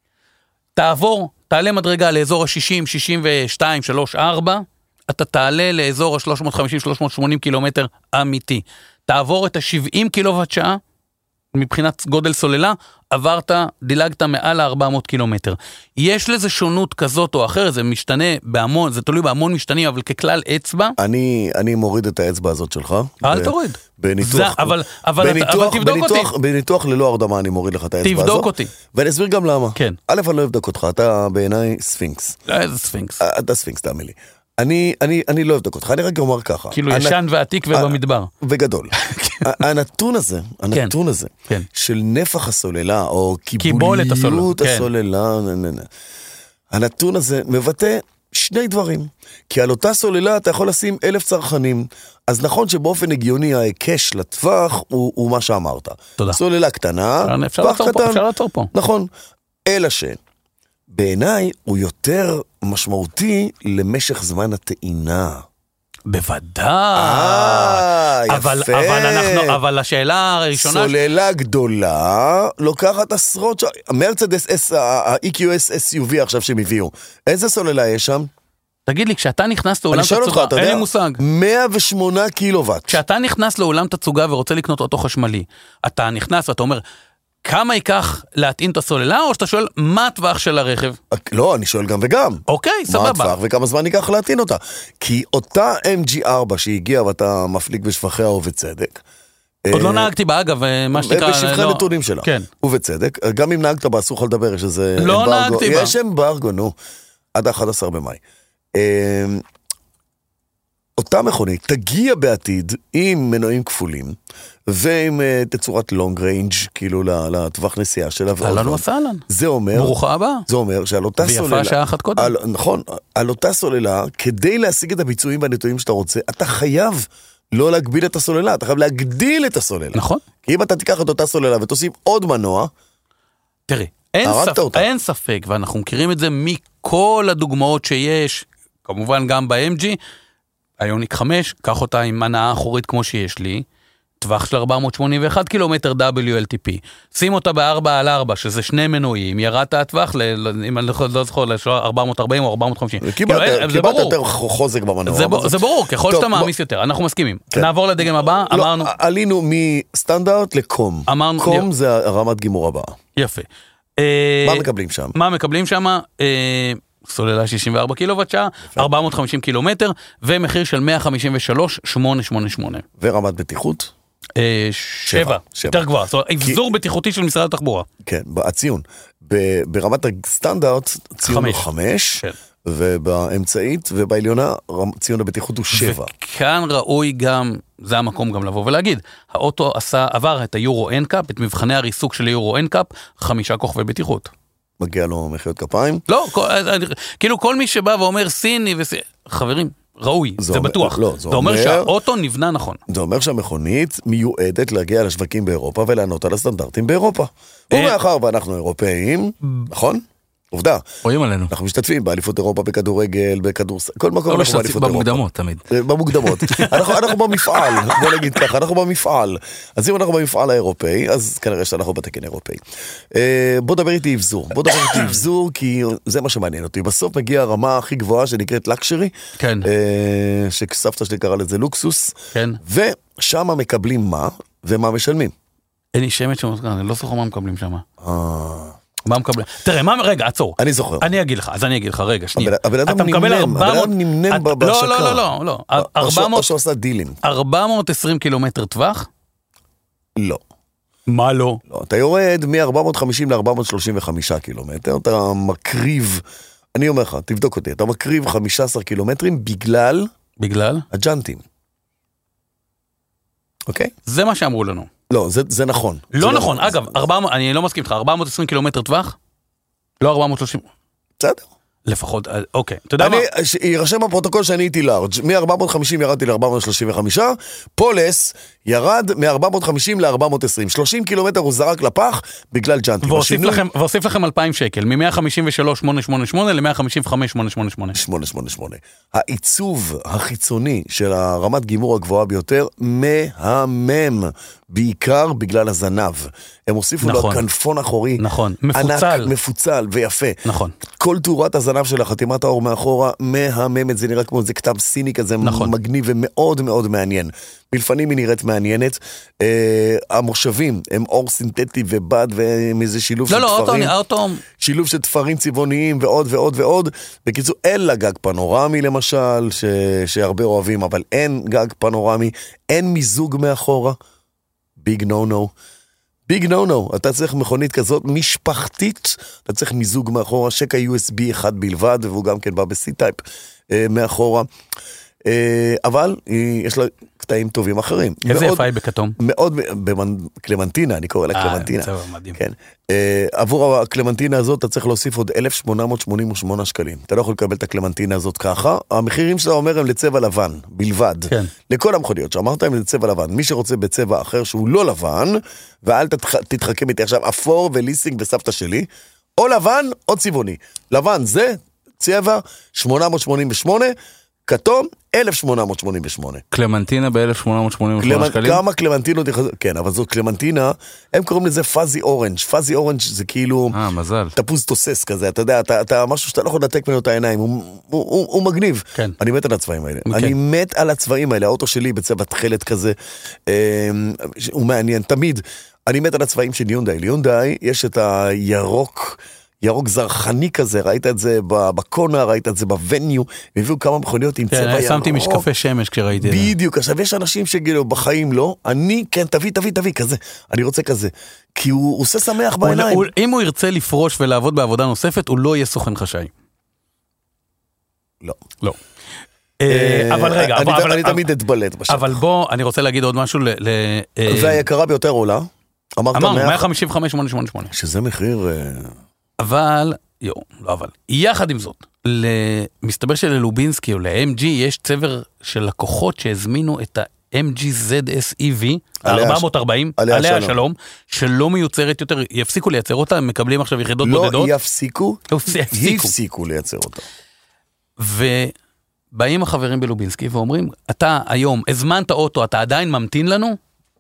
תעבור, תעלה מדרגה לאזור ה-שישים, שישים ושתיים, שלוש, ארבע, אתה תעלה לאזור ה-שלוש מאות וחמישים, שלוש מאות ושמונים קילומטר אמיתי. תעבור את ה-שבעים קילוואט שעה, מבחינת גודל סוללה, עברת, דילגת מעל ה-ארבע מאות קילומטר. יש לזה שונות כזאת או אחרת, זה משתנה בהמון, זה תלוי בהמון משתנים, אבל ככלל אצבע. אני, אני מוריד את האצבע הזאת שלך. אל ב- תוריד. בניתוח, זה, אבל, אבל, בניתוח, אבל תבדוק בניתוח, אותי. בניתוח ללא הרדמה אני מוריד לך את האצבע הזאת. תבדוק אותי. ואני אסביר גם למה. כן. א', אני לא אבדוק אותך, אתה בעיניי ספינקס. איזה ספינקס. אתה ספינקס, תאמין לי. אני, אני, אני לא אבדוק אותך, אני רק אומר ככה. כאילו הנ- ישן ועתיק ובמדבר. וגדול. הנתון הזה, הנתון הזה, כן. של נפח הסוללה, או קיבולת הסוללה, קיבוליות כן. הסוללה, נה, נה, נה. הנתון הזה מבטא שני דברים. כי על אותה סוללה אתה יכול לשים אלף צרכנים. אז נכון שבאופן הגיוני ההיקש לטווח הוא, הוא מה שאמרת. תודה. סוללה קטנה, אפשר טווח לעצור פה, קטן. אפשר לעצור פה. נכון. אלא ש... בעיניי הוא יותר משמעותי למשך זמן הטעינה. בוודאי. אה, אבל, יפה. אבל אנחנו, אבל השאלה הראשונה... סוללה גדולה, לוקחת עשרות... ש... מרצדס, ה-אי קיו אס אס יו וי עכשיו שהם הביאו. איזה סוללה יש שם? תגיד לי, כשאתה נכנס לאולם אני שואל אותך, תצוגה, אתה אין יודע? לי מושג. מאה ושמונה קילוואט. כשאתה נכנס לאולם תצוגה ורוצה לקנות אוטו חשמלי, אתה נכנס ואתה אומר, כמה ייקח להטעין את הסוללה, או שאתה שואל, מה הטווח של הרכב? לא, אני שואל גם וגם. אוקיי, מה סבבה. הטווח וכמה זמן ייקח להטעין אותה? כי אותה אם ג'י ארבע שהגיעה ואתה מפליג בשבחיה ובצדק, עוד לא אה, נהגתי בה, אגב, מה שנקרא... בשבחי לא- נתונים שלה. כן. ובצדק, גם אם נהגת בה, אסור לך לדבר, יש איזה... לא אמברגו. נהגתי בה. יש אמברגו, נו. עד ה-אחד עשר במאי. אה, אותה מכונית תגיע בעתיד עם מנועים כפולים, ועם אה, תצורת לונג ריינג' כאילו לטווח נסיעה שלה. ועוד אהלן ועוד. וסהלן. זה אומר... ברוכה הבאה. זה אומר שעל אותה ויפה סוללה... שעה אחת קודם. על, נכון, על אותה סוללה, כדי להשיג את הביצועים והנתונים שאתה רוצה, אתה חייב לא להגביל את הסוללה, אתה חייב להגדיל את הסוללה. נכון. כי אם אתה תיקח את אותה סוללה ותוסיף עוד מנוע, תראי, אין, הרגת ספ... אותה. אין ספק, ואנחנו מכירים את זה מכל הדוגמאות שיש, כמובן גם ב-אם ג'י, איוניק חמש, קח אותה עם מנעה אחורית כמו שיש לי, טווח של ארבע מאות שמונים ואחת קילומטר דאבליו אל טי פי, שים אותה ב-ארבע על ארבע, שזה שני מנועים, ירדת הטווח, ל- אם אני לא זוכר, ל-ארבע מאות ארבעים או ארבע מאות חמישים. קיבלת כאילו, אין- זה קיבלת ברור. יותר חוזק במנוע. זה, אבל ב- זה ברור, ככל טוב, שאתה בוא- מעמיס יותר, אנחנו מסכימים. כן. נעבור לדגם הבא, לא, אמרנו, עלינו מסטנדרט לקום. אמרנו- קום זה הרמת גימור הבאה. יפה. אה, מה מקבלים שם? מה מקבלים שם? אה, סוללה שישים וארבע קילוואט שעה, ארבע מאות וחמישים קילומטר, ומחיר של מאה חמישים ושלוש אלף שמונה מאות שמונים ושמונה. ורמת בטיחות? אה, שבע, שבע. יותר גבוה. זאת אומרת, אבזור בטיחותי של משרד התחבורה. כן, הציון. ב- ברמת הסטנדרט ציון הוא חמש. חמש, כן. ובאמצעית ובעליונה ציון הבטיחות הוא שבע. וכאן ראוי גם, זה המקום גם לבוא ולהגיד, האוטו עשה, עבר את היורו אנקאפ, את מבחני הריסוק של היורו אנקאפ, חמישה כוכבי בטיחות. מגיע לו מחיאות כפיים. לא, כל, כאילו כל מי שבא ואומר סיני וסיני, חברים, ראוי, זה זה אומר- בטוח. לא, זה זה אומר אומר- שהאוטו נבנה נכון. זה אומר שהמכונית מיועדת להגיע לשווקים באירופה ולענות על הסטנדרטים באירופה. אה. ומאחר ואנחנו אירופאים, נכון? עובדה. רואים עלינו. אנחנו משתתפים באליפות אירופה בכדורגל, בכדורסל, כל מקום לא אנחנו משתתפים באליפות אירופה. במוקדמות תמיד. במוקדמות. אנחנו, אנחנו במפעל, בוא נגיד ככה, אנחנו במפעל. אז אם אנחנו במפעל האירופאי, אז כנראה שאנחנו בתקן אירופאי. אה, בוא דבר איתי אבזור. בוא דבר איתי אבזור, כי זה מה שמעניין אותי. בסוף מגיעה הרמה הכי גבוהה שנקראת לקשרי, כן. אה, שסבתא שלי קרא לזה לוקסוס, כן. ושם מקבלים מה, ומה משלמים. אין לי שמץ שמות כאן, אני לא זוכר מה מקבלים שם. אה, מה מקבל? תראה, מה, רגע, עצור. אני זוכר. אני אגיד לך, אז אני אגיד לך, רגע, שנייה. הבן אדם נמנם, הבן אדם נמנם בהשקה. לא, לא, לא, לא. או שעושה דילים. ארבע מאות ועשרים קילומטר טווח? לא. מה לא? לא, אתה יורד מ-ארבע מאות וחמישים ל-ארבע מאות שלושים וחמישה קילומטר, אתה מקריב, אני אומר לך, תבדוק אותי, אתה מקריב חמישה עשר קילומטרים בגלל... בגלל? הג'אנטים. אוקיי? זה מה שאמרו לנו. לא, זה, זה נכון. לא זה נכון, אגב, ארבע מאות, אני לא מסכים איתך, ארבע מאות ועשרים קילומטר טווח? לא ארבע מאות שלושים. בסדר. לפחות, אוקיי. אתה יודע מה? יירשם בפרוטוקול שאני הייתי לארג'. מ-ארבע מאות וחמישים ירדתי ל-ארבע מאות שלושים וחמש, פולס ירד מ-ארבע מאות וחמישים ל-ארבע מאות ועשרים. שלושים קילומטר הוא זרק לפח בגלל ג'אנטים. והוסיף לכם אלפיים שקל, מ-מאה חמישים ושלוש אלף שמונה מאות שמונים ושמונה ל-מאה חמישים וחמש אלף שמונה מאות שמונים ושמונה. שמונה מאות שמונים ושמונה. העיצוב החיצוני של הרמת גימור הגבוהה ביותר מהמם, בעיקר בגלל הזנב. הם הוסיפו לו כנפון אחורי. נכון, מפוצל. ענק, מפוצל ויפה. נכון. כל תאורת הזנב של החתימת האור מאחורה מהממת, זה נראה כמו זה כתב סיני כזה, נכון. מגניב ומאוד מאוד מעניין. מלפנים היא נראית מעניינת. אה, המושבים הם אור סינתטי ובד ומזה שילוב לא, של לא, תפרים. לא, אוטו... שילוב של תפרים צבעוניים ועוד ועוד ועוד. בקיצור, אין לה גג פנורמי למשל, ש... שהרבה אוהבים, אבל אין גג פנורמי, אין מיזוג מאחורה. ביג נו נו. ביג נו נו, אתה צריך מכונית כזאת משפחתית, אתה צריך מיזוג מאחורה, שקע יו אס בי אחד בלבד, והוא גם כן בא ב-C-טייפ אה, מאחורה, אה, אבל היא, יש לה קטעים טובים אחרים. איזה מאוד, יפה היא בכתום? מאוד, בקלמנטינה, אני קורא לה אה, קלמנטינה. זה מדהים. כן. אה, עבור הקלמנטינה הזאת אתה צריך להוסיף עוד אלף שמונה מאות שמונים ושמונה שקלים. אתה לא יכול לקבל את הקלמנטינה הזאת ככה. המחירים שלה אומר הם לצבע לבן, בלבד. כן. לכל המכוניות שאמרת הם לצבע לבן. מי שרוצה בצבע אחר שהוא לא לבן, ואל תתח... תתחכם איתי עכשיו אפור וליסינג וסבתא שלי, או לבן או צבעוני. לבן זה צבע שמונה מאות שמונים ושמונה, כתום אלף שמונה מאות שמונים ושמונה. קלמנטינה ב-אלף שמונה מאות שמונים ושמונה שקלים? כמה קלמנטינות, כן, אבל זו קלמנטינה, הם קוראים לזה פאזי אורנג'. פאזי אורנג' זה כאילו... אה, מזל. תפוז תוסס כזה, אתה יודע, אתה, אתה משהו שאתה לא יכול לתק ממנו את העיניים, הוא, הוא, הוא, הוא מגניב. כן. אני מת על הצבעים האלה. כן. אני מת על הצבעים האלה, האוטו שלי בצבע תכלת כזה, אה, הוא מעניין, תמיד. אני מת על הצבעים של יונדאי. ליונדאי יש את הירוק... ירוק זרחני כזה, ראית את זה בקונה, ראית את זה בווניו, הביאו כמה מכוניות עם צבע ירוק. שמתי משקפי שמש כשראיתי את זה. בדיוק, עכשיו יש אנשים שגילו בחיים לא, אני, כן, תביא, תביא, תביא, כזה, אני רוצה כזה, כי הוא עושה שמח בעיניים. אם הוא ירצה לפרוש ולעבוד בעבודה נוספת, הוא לא יהיה סוכן חשאי. לא. לא. אבל רגע, אני תמיד אתבלט בשטח. אבל בוא, אני רוצה להגיד עוד משהו ל... והיקרה ביותר עולה. אמרנו, מאה חמישים וחמש אלף שמונה מאות שמונים ושמונה. שזה מחיר... אבל, יו, לא אבל, יחד עם זאת, למסתבר שללובינסקי או ל-אם ג'י יש צבר של לקוחות שהזמינו את ה-אם ג'י זד אס אי וי, ארבע מאות וארבעים, עליה השלום, שלא מיוצרת יותר, יפסיקו לייצר אותה, הם מקבלים עכשיו יחידות לא בודדות. לא יפסיקו, יפסיקו. יפסיקו לייצר אותה. ובאים החברים בלובינסקי ואומרים, אתה היום הזמנת אוטו, אתה עדיין ממתין לנו?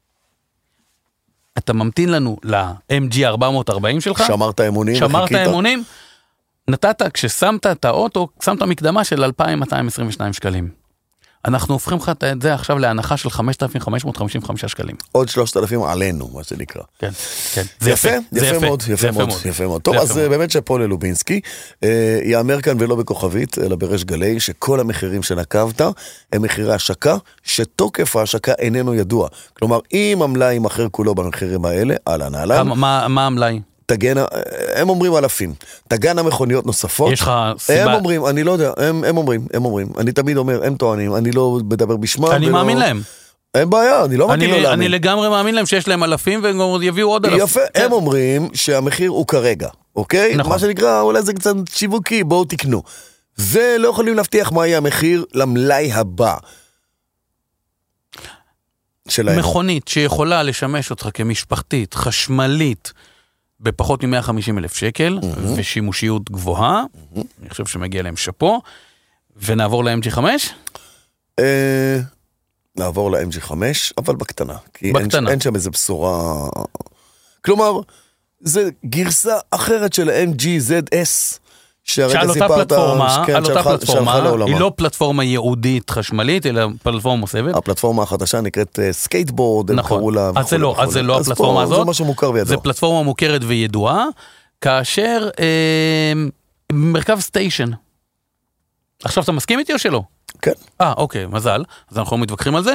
אתה ממתין לנו ל-אם ג'י ארבע מאות וארבעים שלך. שמרת אמונים שמרת אמונים. נתת, כששמת את האוטו, שמת מקדמה של אלפיים מאתיים עשרים ושניים שקלים. אנחנו הופכים לך את זה עכשיו להנחה של חמשת אלפים חמש מאות חמישים וחמישה שקלים. עוד שלושת אלפים עלינו, מה שנקרא. כן, כן. זה יפה, יפה מאוד, יפה מאוד, יפה מאוד. טוב, אז באמת שפה ללובינסקי, יאמר כאן ולא בכוכבית, אלא ברש גלי, שכל המחירים שנקבת, הם מחירי השקה, שתוקף ההשקה איננו ידוע. כלומר, אם המלאי יימכר כולו במחירים האלה, אהלן, אהלן. מה המלאי? תגנה, הם אומרים אלפים, תגנה מכוניות נוספות. יש לך סיבה? הם אומרים, אני לא יודע, הם, הם אומרים, הם אומרים, אני תמיד אומר, הם טוענים, אני לא מדבר בשמם. אני ולא... מאמין להם. אין בעיה, אני לא מתאים לו להאמין. אני לגמרי מאמין להם שיש להם אלפים והם יביאו עוד אלפים. יפה, הם אומרים שהמחיר הוא כרגע, אוקיי? נכון. מה שנקרא, אולי זה קצת שיווקי, בואו תקנו. זה לא יכולים להבטיח מה יהיה המחיר למלאי הבא. שלהם. מכונית שיכולה לשמש אותך כמשפחתית, חשמלית, בפחות מ-מאה וחמישים אלף שקל, mm-hmm. ושימושיות גבוהה, mm-hmm. אני חושב שמגיע להם שפו, ונעבור ל-אם ג'י חמש? אה, נעבור ל-אם ג'י חמש, אבל בקטנה. כי בקטנה. אין, אין שם איזו בשורה... כלומר, זה גרסה אחרת של ה-אם ג'י זד אס, שעל אותה פלטפורמה, על אותה פלטפורמה, היא לא פלטפורמה ייעודית חשמלית, אלא פלטפורמה מוסבת. הפלטפורמה החדשה נקראת סקייטבורד, הם קראו לה. אז זה לא, אז זה לא הפלטפורמה הזאת. זה משהו מוכר וידוע. זה פלטפורמה מוכרת וידועה, כאשר אה, מרכב סטיישן. עכשיו אתה מסכים איתי או שלא? כן. אה, אוקיי, מזל. אז אנחנו מתווכחים על זה.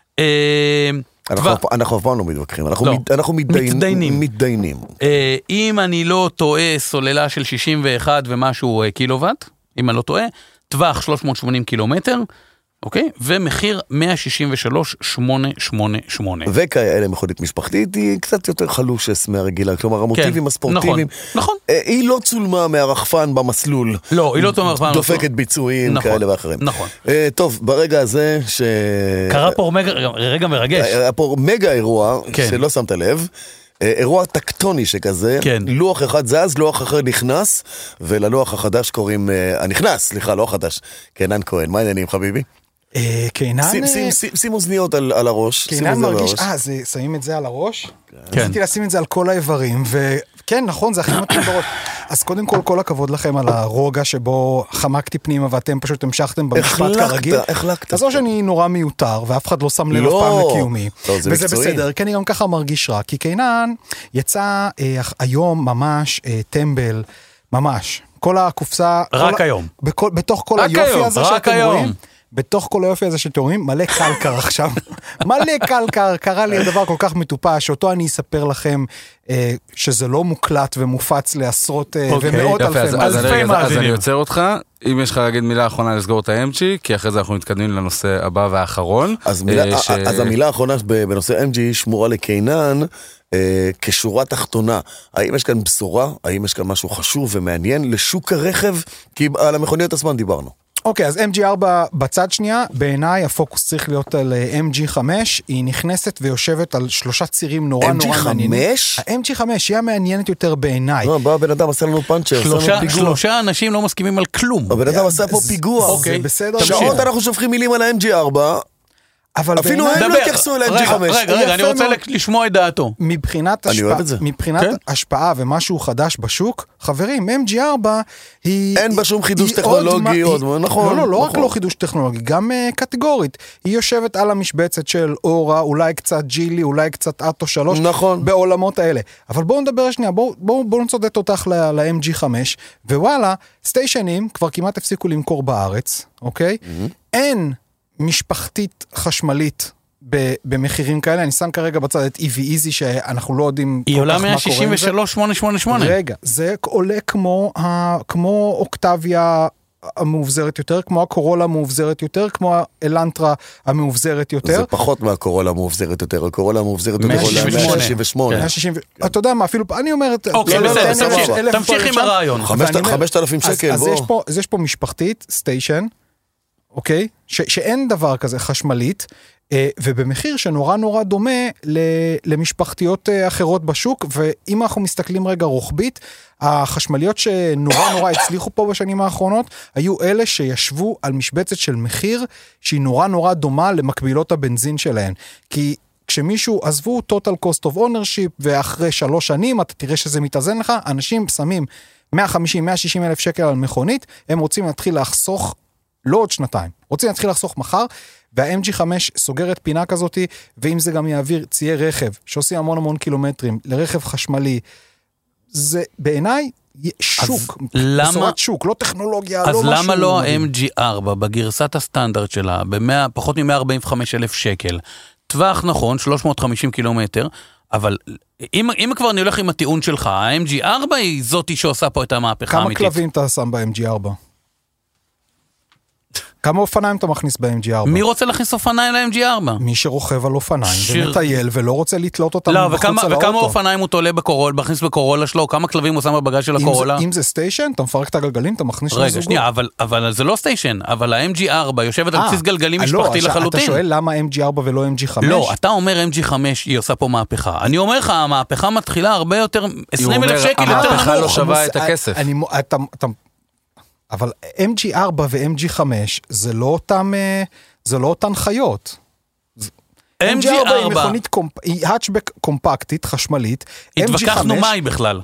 אה, אנחנו אף פעם לא מתווכחים, אנחנו לא. אנחנו מתדיינים. מתדיינים. מתדיינים. אה, אם אני לא טועה, סוללה של שישים ואחת ומשהו קילוואט, אם אני לא טועה, טווח שלוש מאות ושמונים קילומטר, אוקיי? ומחיר מאה שישים ושלוש אלף שמונה מאות שמונים ושמונה. וכאלה מכונית משפחתית היא קצת יותר חלושס מהרגילה, כלומר המוטיבים הספורטיביים. נכון. היא לא צולמה מהרחפן במסלול. לא, היא לא צולמה מהרחפן. דופקת ביצועים כאלה ואחרים. נכון. טוב, ברגע הזה ש... קרה פה רגע מרגש. היה פה מגה אירוע שלא שמת לב. אירוע טקטוני שכזה, כן. לוח אחד זז, לוח אחר נכנס, וללוח החדש קוראים, הנכנס, סליחה, לא החדש, קינן כהן, מה העניינים חביבי? קינן... שים אוזניות על הראש. קינן מרגיש, אה, שמים את זה על הראש? כן. רציתי לשים את זה על כל האיברים, וכן, נכון, זה הכי מתאים בראש. אז קודם כל, כל הכבוד לכם על הרוגע שבו חמקתי פנימה, ואתם פשוט המשכתם במשפט כרגיל. החלקת, אז או שאני נורא מיותר, ואף אחד לא שם לב אף פעם לקיומי. וזה בסדר, כי אני גם ככה מרגיש רע. כי קינן יצא היום ממש טמבל, ממש. כל הקופסה... רק היום. בתוך כל היופי הזה שאתם רואים. בתוך כל היופי הזה שאתם רואים, מלא קלקר עכשיו. מלא קלקר, קרה לי הדבר כל כך מטופש, שאותו אני אספר לכם אה, שזה לא מוקלט ומופץ לעשרות אה, אוקיי, ומאות יפה, אלפי אז, אז, רגע, אז אני מאזינים. עוצר אותך, אם יש לך להגיד מילה האחרונה לסגור את ה-אם ג'י, כי אחרי זה אנחנו מתקדמים לנושא הבא והאחרון. אז, מילה, אה, ש... אז המילה האחרונה בנושא אם ג'י שמורה לקינן, אה, כשורה תחתונה. האם יש כאן בשורה? האם יש כאן משהו חשוב ומעניין לשוק הרכב? כי על המכוניות עצמן דיברנו. אוקיי, אז אם ג'י ארבע בצד שנייה, בעיניי הפוקוס צריך להיות על אם ג'י חמש, היא נכנסת ויושבת על שלושה צירים נורא נורא מעניינים. אם ג'י חמש? ה-אם ג'י חמש היא המעניינת יותר בעיניי. לא, בא הבן אדם עשה לנו פאנצ'ר, שלושה, שלושה אנשים לא מסכימים על כלום. הבן אדם עשה פה פיגוע. אוקיי, בסדר. שעות אנחנו שופכים מילים על ה-אם ג'י ארבע, אפילו הם לא התייחסו אל ה-אם ג'י חמש. רגע, רגע, אני רוצה לשמוע את דעתו. מבחינת השפעה ומשהו חדש בשוק, חברים, אם ג'י ארבע היא... אין בה שום חידוש טכנולוגי, נכון. לא, לא, לא רק לא חידוש טכנולוגי, גם קטגורית. היא יושבת על המשבצת של אורה, אולי קצת ג'ילי, אולי קצת אטו שלוש, בעולמות האלה. אבל בואו נדבר שנייה, בואו נצודד אותך ל-אם ג'י חמש, ווואלה, סטיישנים כבר כמעט הפסיקו למכור בארץ, אוקיי? אין משפחתית חשמלית במחירים כאלה, אני שם כרגע בצד את אי וי Easy שאנחנו לא יודעים היא עולה מאה שישים ושלוש אלף שמונה מאות שמונים ושמונה. רגע, זה עולה כמו כמו אוקטביה המאובזרת יותר, כמו הקורולה המאובזרת יותר, כמו האלנטרה המאובזרת יותר. זה פחות מהקורולה המאובזרת יותר, הקורולה המאובזרת יותר עולה מאה שישים ושמונה. אתה יודע מה, אפילו, אני אומרת... אוקיי, בסדר, תמשיך עם הרעיון. חמשת אלפים שקל, בוא. אז יש פה משפחתית, סטיישן, אוקיי? שאין דבר כזה חשמלית, ובמחיר שנורא נורא דומה למשפחתיות אחרות בשוק, ואם אנחנו מסתכלים רגע רוחבית, החשמליות שנורא נורא הצליחו פה בשנים האחרונות, היו אלה שישבו על משבצת של מחיר, שהיא נורא נורא דומה למקבילות הבנזין שלהן. כי כשמישהו עזבו total cost of ownership, ואחרי שלוש שנים אתה תראה שזה מתאזן לך, אנשים שמים מאה וחמישים עד מאה ושישים אלף שקל על מכונית, הם רוצים להתחיל לחסוך לא עוד שנתיים, רוצים להתחיל לחסוך מחר, וה-אם ג'י חמש סוגרת פינה כזאת, ואם זה גם יעביר ציי רכב, שעושים המון המון קילומטרים, לרכב חשמלי, זה בעיניי שוק, בשורת שוק, לא טכנולוגיה, לא משהו. אז למה לא ה-אם ג'י ארבע, בגרסת הסטנדרט שלה, פחות מ-מאה ארבעים וחמישה אלף שקל, טווח נכון, שלוש מאות וחמישים קילומטר, אבל אם, אם כבר אני הולך עם הטיעון שלך, ה-אם ג'י ארבע היא זאתי שעושה פה את המהפכה האמיתית. כמה כלבים אתה שם ב-אם ג'י ארבע? כמה אופניים אתה מכניס ב-אם ג'י ארבע? מי רוצה להכניס אופניים ל-אם ג'י ארבע? מי שרוכב על אופניים ומטייל ולא רוצה לתלות אותם לא, מחוץ על האוטו. וכמה אופניים הוא תולה בקורול, מכניס בקורולה שלו? כמה כלבים הוא שם בבגז של הקורולה? אם זה סטיישן, אתה מפרק את הגלגלים, אתה מכניס רגע, שנייה, אבל זה לא סטיישן, אבל ה-אם ג'י ארבע יושבת על בסיס גלגלים משפחתי לחלוטין. אתה שואל למה אם ג'י ארבע ולא אם ג'י חמש? לא, אתה אומר אם ג'י חמש היא עושה פה מהפכה. אני אומר לך, המהפכה מתחילה הרבה יותר, עשרים אלף שקל יותר נמוך. המהפכה לא שווה את הכסף. אבל אם ג'י ארבע ו-אם ג'י חמש זה לא אותם, זה לא אותן חיות. אם ג'י ארבע היא מכונית, היא האצ'בק קומפקטית, חשמלית. התווכחנו מהי בכלל.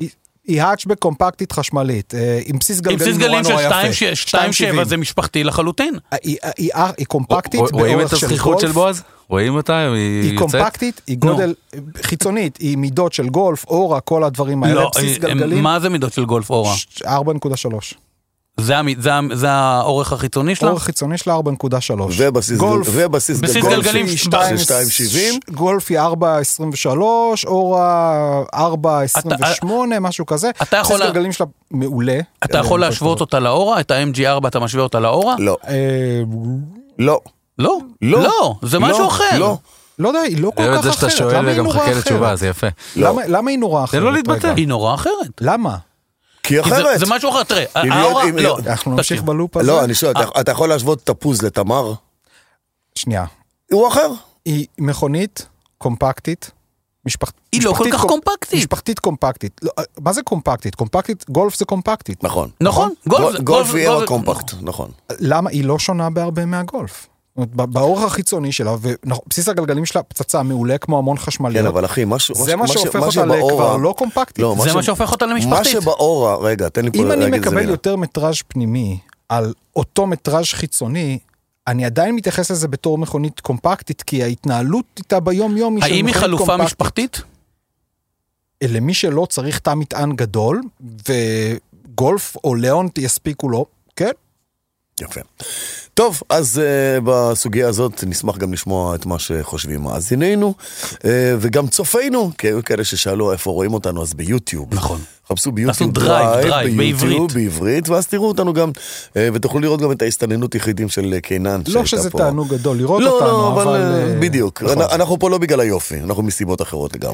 היא האצ'בק קומפקטית חשמלית, עם בסיס גלגלים עם בסיס גלים של שתיים שבע זה משפחתי לחלוטין. היא קומפקטית רואים את הזכיחות של בועז? רואים אותה? היא קומפקטית, היא גודל חיצונית, היא מידות של גולף, אורה, כל הדברים האלה, בסיס גלגלים. מה זה מידות של גולף אורה? ארבע נקודה שלוש. זה האורך החיצוני שלה? האורך החיצוני שלה ארבע נקודה שלוש. ובסיס גלגלים שתיים שבעים. גולף היא ארבע עשרים ושלוש, אורה ארבע עשרים ושמונה, משהו כזה. בסיס גלגלים שלה מעולה. אתה יכול להשוות אותה לאורה? את ה-אם ג'י ארבע אתה משווה אותה לאורה? לא. לא. לא? לא. זה משהו אחר. לא. לא יודע, היא לא כל כך אחרת. זה שאתה שואל וגם חכה לתשובה, זה יפה. למה היא נורא אחרת? זה לא להתבטא. היא נורא אחרת. למה? כי אחרת. זה משהו אחר, תראה, האורה, לא. אנחנו נמשיך בלופ הזה. לא, אני שואל, אתה יכול להשוות תפוז לתמר? שנייה. הוא אחר. היא מכונית, קומפקטית, משפחתית. היא לא כל כך קומפקטית. משפחתית קומפקטית. מה זה קומפקטית? קומפקטית, גולף זה קומפקטית. נכון. נכון, גולף היא ארה קומפקט, נכון. למה? היא לא שונה בהרבה מהגולף. באורך החיצוני שלה, ובסיס הגלגלים שלה פצצה מעולה כמו המון חשמליות. כן, אבל אחי, משהו... זה מה שהופך אותה לכבר לא קומפקטית. זה מה שהופך אותה למשפחתית. מה שבאורה, רגע, תן לי פה אם להגיד אני את זה מקבל מילה. יותר מטראז' פנימי על אותו מטראז' חיצוני, אני עדיין מתייחס לזה בתור מכונית קומפקטית, כי ההתנהלות איתה ביום יום היא של האם היא מכונית חלופה קומפקטית. משפחתית? למי שלא צריך תא מטען גדול, וגולף או ליאון יספיקו לו, כן? יפה. טוב, אז uh, בסוגיה הזאת נשמח גם לשמוע את מה שחושבים מאזינינו, uh, וגם צופינו, כי היו כאלה ששאלו איפה רואים אותנו, אז ביוטיוב. נכון. חפשו ביוטיוב דרייב, דרייב, ביוטיוב, בעברית, ואז תראו אותנו גם, uh, ותוכלו לראות גם את ההסתננות יחידים של קינן. לא שזה תענוג גדול לראות לא, אותנו, לא, אבל... אבל uh, בדיוק, נכון. אנחנו פה לא בגלל היופי, אנחנו מסיבות אחרות לגמרי.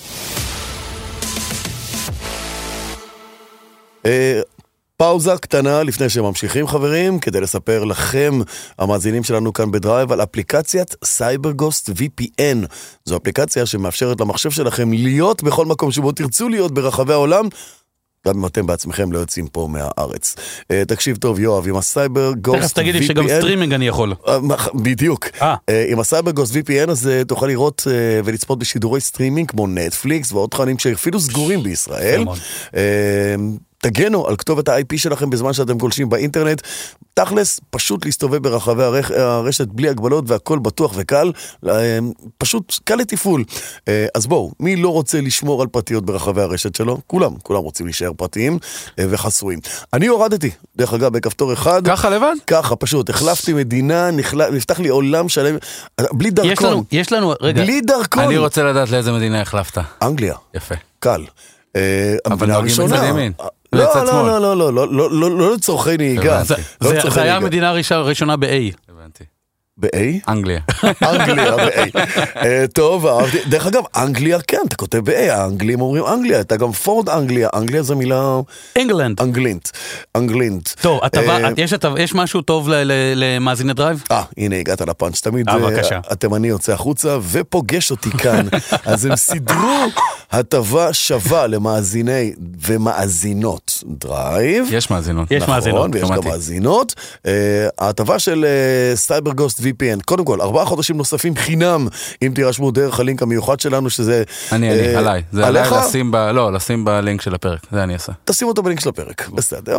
Uh, פאוזה קטנה לפני שממשיכים חברים, כדי לספר לכם, המאזינים שלנו כאן בדרייב, על אפליקציית סייברגוסט וי פי אן. זו אפליקציה שמאפשרת למחשב שלכם להיות בכל מקום שבו תרצו להיות ברחבי העולם, גם אם אתם בעצמכם לא יוצאים פה מהארץ. תקשיב טוב יואב, עם הסייברגוסט וי פי אן... תכף תגיד לי שגם סטרימינג אני יכול. בדיוק. עם הסייברגוסט וי פי אן אז תוכל לראות ולצפות בשידורי סטרימינג כמו נטפליקס ועוד תכנים שאפילו סגורים בישראל. תגנו על כתובת ה-איי פי שלכם בזמן שאתם גולשים באינטרנט. תכלס, פשוט להסתובב ברחבי הרשת בלי הגבלות והכל בטוח וקל. פשוט קל לתפעול. אז בואו, מי לא רוצה לשמור על פרטיות ברחבי הרשת שלו? כולם, כולם רוצים להישאר פרטיים וחסויים. אני הורדתי, דרך אגב, בכפתור אחד. ככה לבד? ככה, פשוט. החלפתי מדינה, נפתח לי עולם שלם, בלי דרכון. יש לנו, יש לנו, רגע. בלי דרכון. אני רוצה לדעת לאיזה מדינה החלפת. אנגליה. יפה. קל. אבל נוהגים בצד ימין. לא, לא, לא, לא, לא, לא, לא, לא לצורכי נהיגה. זה היה המדינה הראשונה ב-A. הבנתי. ב-A? אנגליה. אנגליה, ב-A. טוב, דרך אגב, אנגליה, כן, אתה כותב ב-A, האנגלים אומרים אנגליה, אתה גם פורד אנגליה, אנגליה זה מילה... אנגלנד. אנגלינט, אנגלינט. טוב, יש משהו טוב למאזיני דרייב? אה, הנה, הגעת לפאנץ', תמיד התימני יוצא החוצה ופוגש אותי כאן, אז הם סידרו הטבה שווה למאזיני ומאזינות דרייב. יש מאזינות. יש מאזינות. ויש גם מאזינות. ההטבה של סייברגוסט וי פי אן, קודם כל, ארבעה חודשים נוספים חינם, אם תירשמו דרך הלינק המיוחד שלנו, שזה... אני, אני, עליי. זה עליי לשים ב... לא, לשים בלינק של הפרק, זה אני אעשה. תשים אותו בלינק של הפרק, בסדר.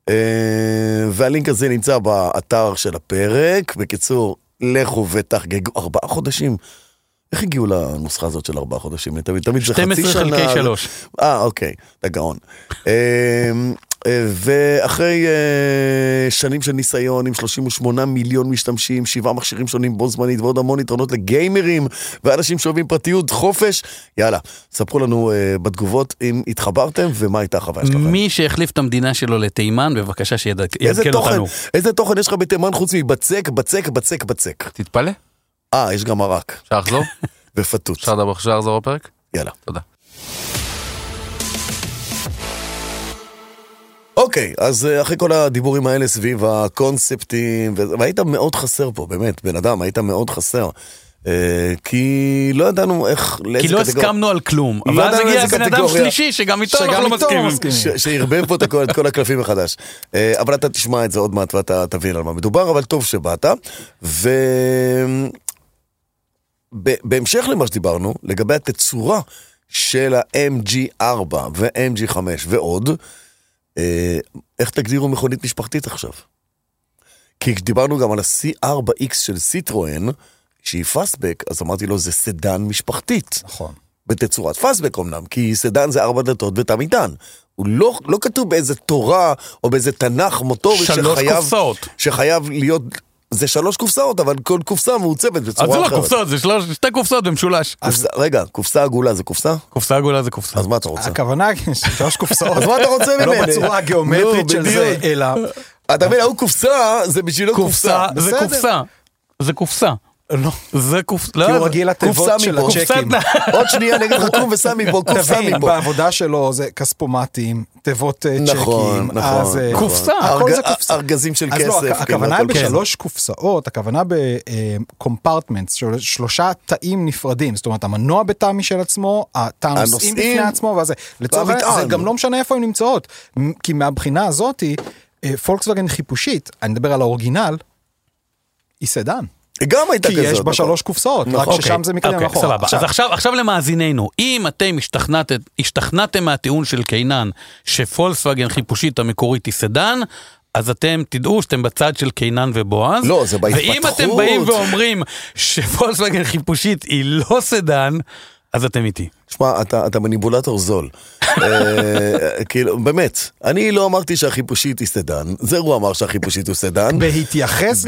והלינק הזה נמצא באתר של הפרק. בקיצור, לכו ותחגגו ארבעה חודשים. איך הגיעו לנוסחה הזאת של ארבעה חודשים? תמיד זה חצי שנה. שתים עשרה חלקי שלוש. אה, אוקיי, אתה גאון. ואחרי שנים של ניסיון עם שלושים ושמונה מיליון משתמשים, שבעה מכשירים שונים בו זמנית ועוד המון יתרונות לגיימרים ואנשים שאוהבים פרטיות, חופש, יאללה, ספרו לנו בתגובות אם התחברתם ומה הייתה החוויה שלכם. מי שהחליף את המדינה שלו לתימן, בבקשה שיעדכן אותנו. איזה תוכן יש לך בתימן חוץ מבצק, בצק, בצק, בצק? תתפלא. אה, יש גם מרק. אפשר לחזור? ופתות. אפשר לדבר, אפשר לחזור בפרק? יאללה. תודה. אוקיי, אז אחרי כל הדיבורים האלה סביב הקונספטים, והיית מאוד חסר פה, באמת, בן אדם, היית מאוד חסר. כי לא ידענו איך... כי לא הסכמנו על כלום. ואז הגיע בן אדם שלישי, שגם איתו אנחנו לא מסכימים. שירבב פה את כל הקלפים מחדש. אבל אתה תשמע את זה עוד מעט, ואתה תבין על מה מדובר, אבל טוב שבאת. ו... בהמשך למה שדיברנו, לגבי התצורה של ה-אם ג'י ארבע ו-אם ג'י חמש ועוד, איך תגדירו מכונית משפחתית עכשיו? כי כשדיברנו גם על ה-סי ארבע אקס של סיטרואן, שהיא פאסטבק, אז אמרתי לו, זה סדן משפחתית. נכון. בתצורת פאסטבק אמנם, כי סדן זה ארבע דלתות ותא מטען. הוא לא, לא כתוב באיזה תורה או באיזה תנך מוטורי שלוש שחייב, קופסאות. שחייב להיות, זה שלוש קופסאות, אבל כל קופסה מעוצבת בצורה אז זה אחרת. לא קופסאות, זה שלוש, שתי קופסאות במשולש. קופסה, רגע, קופסה עגולה זה קופסה? קופסה עגולה זה קופסה. אז מה אתה רוצה? הכוונה, שלוש קופסאות. אז מה אתה רוצה ממני? לא בצורה הגיאומטרית של זה, אלא... אתה מבין, הוא קופסה, זה בשבילו קופסה. קופסה, זה קופסה. זה קופסה. לא. זה קופסה. כי הוא רגיל לתיבות של הצ'קים. עוד שנייה נגיד לך קום וסע מפה, קופסה תבין, מפה. בעבודה שלו זה כספומטים, תיבות נכון, צ'קים. נכון. אז, אה, קופסה. הכל זה קופסה. ארגזים של אז לא, כסף. הכוונה כאילו, היא הכל בשלוש קופסאות, הכוונה בקומפרטמנטס, שלושה תאים נפרדים, זאת אומרת, המנוע בתא משל עצמו, התא הנוסעים בפני עצמו, וזה. לצורך העניין, זה גם לא משנה איפה הן נמצאות, כי מהבחינה הזאת, פולקסווגן חיפושית, אני מדבר על האורגינל, היא סדן. גם הייתה כי כזאת. יש בה שלוש קופסאות, רק ששם זה מקדם אחורה. סבבה. אז עכשיו, עכשיו למאזיננו, אם אתם השתכנתם, השתכנתם מהטיעון של קיינן, שפולקסווגן חיפושית המקורית היא סדן, אז אתם תדעו שאתם בצד של קיינן ובועז. לא, זה בהתפתחות. ואם אתם באים ואומרים שפולקסווגן חיפושית היא לא סדן, אז אתם איתי. שמע, אתה, אתה מניבולטור זול. אה, כאילו, באמת, אני לא אמרתי שהחיפושית היא סדן, זה הוא אמר שהחיפושית הוא סדן. בהתייחס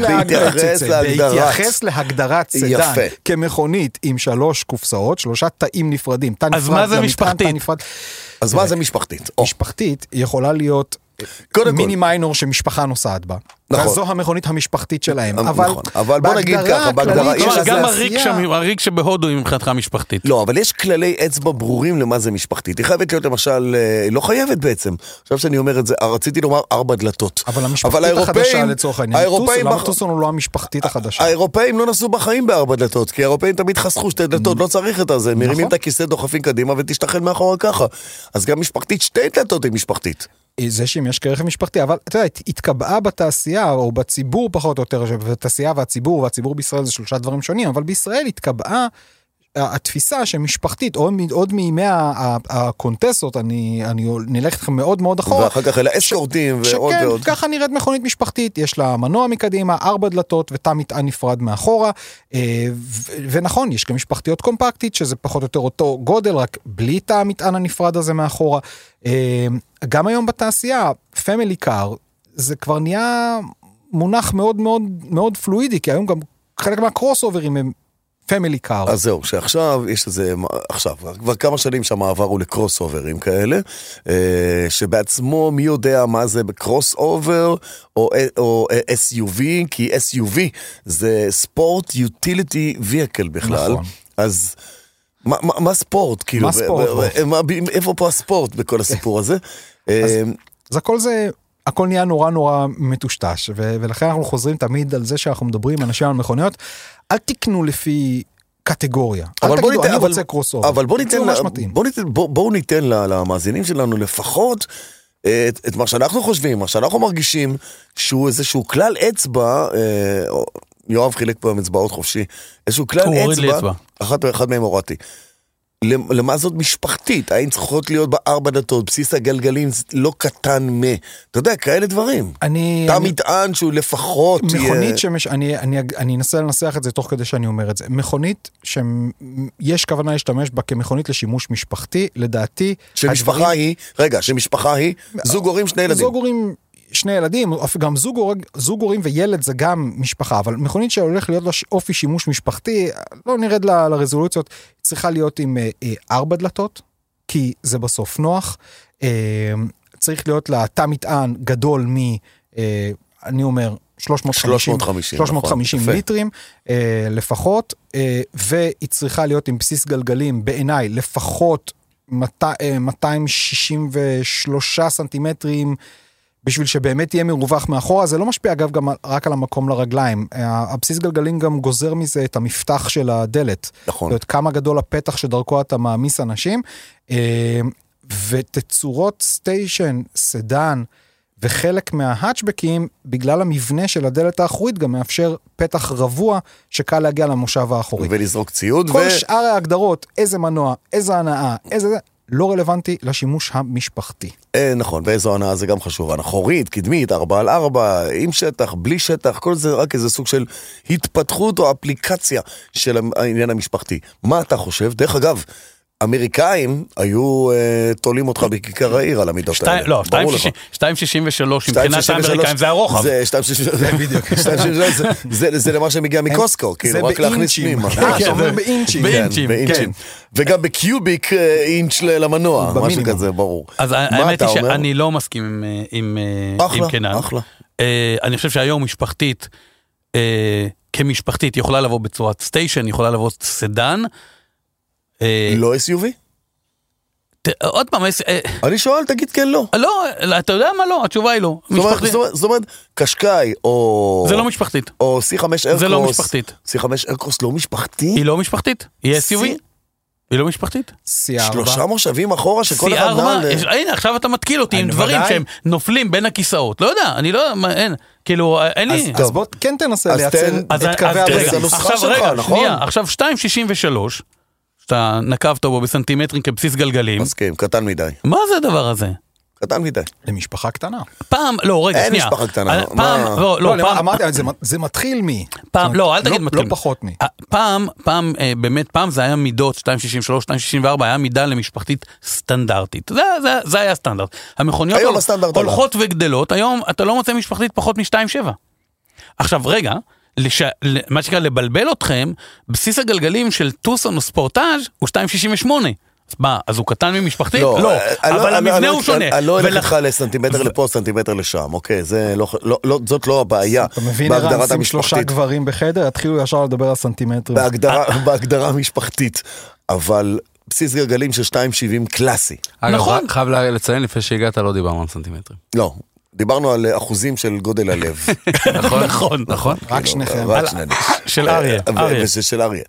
בהתייחס להגדרת סדן, כמכונית עם שלוש קופסאות, שלושה תאים נפרדים, תא נפרד, אז מה זה משפחתית? אז מה זה משפחתית? משפחתית יכולה להיות מיני מיינור שמשפחה נוסעת בה. זו המכונית המשפחתית שלהם. אבל בוא נגיד ככה, בהגדרה יש לזה גם הריק שבהודו היא מבחינתך משפחתית. לא, אבל יש כללי אצבע ברורים למה זה משפחתית. היא חייבת להיות למשל, לא חייבת בעצם. עכשיו שאני אומר את זה, רציתי לומר ארבע דלתות. אבל המשפחתית החדשה לצורך העניין, למה טוסון הוא לא המשפחתית החדשה? האירופאים לא נסעו בחיים בארבע דלתות, כי האירופאים תמיד חסכו שתי דלתות, לא צריך את זה, מרימים את הכיסא, דוחפים קדימה ותשתחל מאחורה ככה. אז גם משפחתית, שתי דלתות היא משפחתית. זה שאם יש כרכב משפחתי, אבל אתה יודע, התקבעה בתעשייה, או בציבור פחות או יותר, בתעשייה והציבור, והציבור בישראל זה שלושה דברים שונים, אבל בישראל התקבעה התפיסה שמשפחתית, עוד מימי הקונטסות, אני נלך איתכם מאוד מאוד אחורה. ואחר כך אלה אסקורטים ועוד ועוד. שכן, ככה נראית מכונית משפחתית, יש לה מנוע מקדימה, ארבע דלתות ותא מטען נפרד מאחורה, ונכון, יש גם משפחתיות קומפקטית, שזה פחות או יותר אותו גודל, רק בלי תא המטען הנפרד הזה מאחורה. גם היום בתעשייה, פמילי קאר, זה כבר נהיה מונח מאוד מאוד מאוד פלואידי, כי היום גם חלק מהקרוס אוברים הם פמילי קאר. אז זהו, שעכשיו יש איזה, עכשיו, כבר כמה שנים שהמעבר הוא לקרוס אוברים כאלה, שבעצמו מי יודע מה זה בקרוס אובר, או, או אס יו וי, כי אס יו וי זה ספורט יוטיליטי וייקל בכלל. נכון. אז מה, מה, מה ספורט? כאילו, מה ספורט? מה, איפה פה הספורט בכל הסיפור הזה? אז, אז הכל זה, הכל נהיה נורא נורא מטושטש, ו- ולכן אנחנו חוזרים תמיד על זה שאנחנו מדברים עם אנשים על מכוניות, אל תקנו לפי קטגוריה. אל תגידו, ניתן, אני אבל, רוצה קרוס אובר. אבל בוא ניתן, לה, בוא ניתן, בוא, בואו ניתן למאזינים שלנו לפחות את, את מה שאנחנו חושבים, מה שאנחנו מרגישים, שהוא איזשהו כלל אצבע, אה, יואב חילק פה מצבעות חופשי, איזשהו כלל אצבע, אחת, אחד מהם הורדתי. למה זאת משפחתית? האם צריכות להיות בארבע דלתות, בסיס הגלגלים לא קטן מ... אתה יודע, כאלה דברים. אני... אתה מטען שהוא לפחות... מכונית שמש... אני, אני, אני אנסה לנסח את זה תוך כדי שאני אומר את זה. מכונית שיש כוונה להשתמש בה כמכונית לשימוש משפחתי, לדעתי... שמשפחה הדברים... היא... רגע, שמשפחה היא זוג הורים שני ילדים. זוג הורים... שני ילדים, גם זוג, זוג הורים וילד זה גם משפחה, אבל מכונית שהולך להיות לה אופי שימוש משפחתי, לא נרד ל, לרזולוציות, צריכה להיות עם אה, ארבע דלתות, כי זה בסוף נוח, אה, צריך להיות לה תא מטען גדול מ, אה, אני אומר, שלוש מאות וחמישים נכון, ליטרים אה, לפחות, אה, והיא צריכה להיות עם בסיס גלגלים, בעיניי, לפחות מאתיים שישים ושלושה סנטימטרים, בשביל שבאמת יהיה מרווח מאחורה, זה לא משפיע אגב גם רק על המקום לרגליים, הבסיס גלגלים גם גוזר מזה את המפתח של הדלת, נכון. זאת אומרת, כמה גדול הפתח שדרכו אתה מעמיס אנשים, ותצורות סטיישן, סדן, וחלק מההאצ'בקים, בגלל המבנה של הדלת האחורית, גם מאפשר פתח רבוע שקל להגיע למושב האחורי. ולזרוק ציוד. כל ו... שאר ההגדרות, איזה מנוע, איזה הנאה, איזה זה, לא רלוונטי לשימוש המשפחתי. אה, נכון, ואיזו הנאה זה גם חשוב. אחורית, קדמית, ארבע על ארבע, עם שטח, בלי שטח, כל זה רק איזה סוג של התפתחות או אפליקציה של העניין המשפחתי. מה אתה חושב? דרך אגב, אמריקאים היו uh, תולים אותך בכיכר העיר על המידות שתי, האלה. לא, שתיים שישים ושלוש, מבחינת האמריקאים זה הרוחב. זה שתיים שישים ושלוש, בדיוק. זה, זה, זה למה שמגיע מקוסקו, כאילו, רק להכניס פנימה. זה באינצ'ים. באינצ'ים, כן. וגם בקיוביק אינץ' למנוע, משהו כזה, ברור. אז האמת היא שאני לא מסכים עם קנן. אחלה. אני חושב שהיום משפחתית, כמשפחתית, יכולה לבוא בצורת סטיישן, יכולה לבוא סדן, לא אס יו וי? עוד פעם, אני שואל, תגיד כן, לא. לא, אתה יודע מה לא? התשובה היא לא. זאת אומרת, קשקאי, או... זה לא משפחתית. או סי חמש ארקרוס. זה לא משפחתית. סי חמש ארקרוס לא משפחתי? היא לא משפחתית. היא אס יו וי. היא לא משפחתית. סי ארבע. שלושה מושבים אחורה שכל אחד... סי ארבע, הנה, עכשיו אתה מתקיל אותי עם דברים שהם נופלים בין הכיסאות. לא יודע, אני לא... אין. כאילו, אין לי... אז בוא כן תנסה לייצר את קווי זה נוסחה שלך, נכון? עכשיו שתיים שישים ושלוש, שאתה נקבת בו בסנטימטרים כבסיס גלגלים. מסכים, קטן מדי. מה זה הדבר הזה? קטן מדי. למשפחה קטנה. פעם, לא, רגע, אין שנייה. משפחה קטנה. פעם, לא, לא, פעם. אמרתי, זה מתחיל מי? פעם, לא, אל תגיד מתחיל. לא פחות מי. פעם, פעם, באמת, פעם זה היה מידות, שתיים שישים ושלוש, שתיים שישים וארבע, היה מידה למשפחתית סטנדרטית. זה היה סטנדרט. המכוניות הולכות וגדלות, היום אתה לא מוצא משפחתית פחות מ-שתיים שבע. עכשיו, רגע, לש... מה שקרה לבלבל אתכם, בסיס הגלגלים של טוסון או ספורטאז' הוא שתיים שישים ושמונה. אז מה, אז הוא קטן ממשפחתית? לא, לא, אבל המבנה הוא שונה. אני לא אלך לך לסנטימטר לפה, סנטימטר לשם, אוקיי, זאת לא הבעיה. אתה מבין, ערן, שים שלושה גברים בחדר, התחילו ישר לדבר על סנטימטרים. בהגדרה המשפחתית, אבל בסיס גלגלים של שתיים שבעים קלאסי. נכון. חייב לציין, לפני שהגעת לא דיברנו על סנטימטרים. לא. דיברנו על אחוזים של גודל הלב. נכון, נכון, נכון. רק שניכם. רק שניכם. של אריה. וזה של אריה.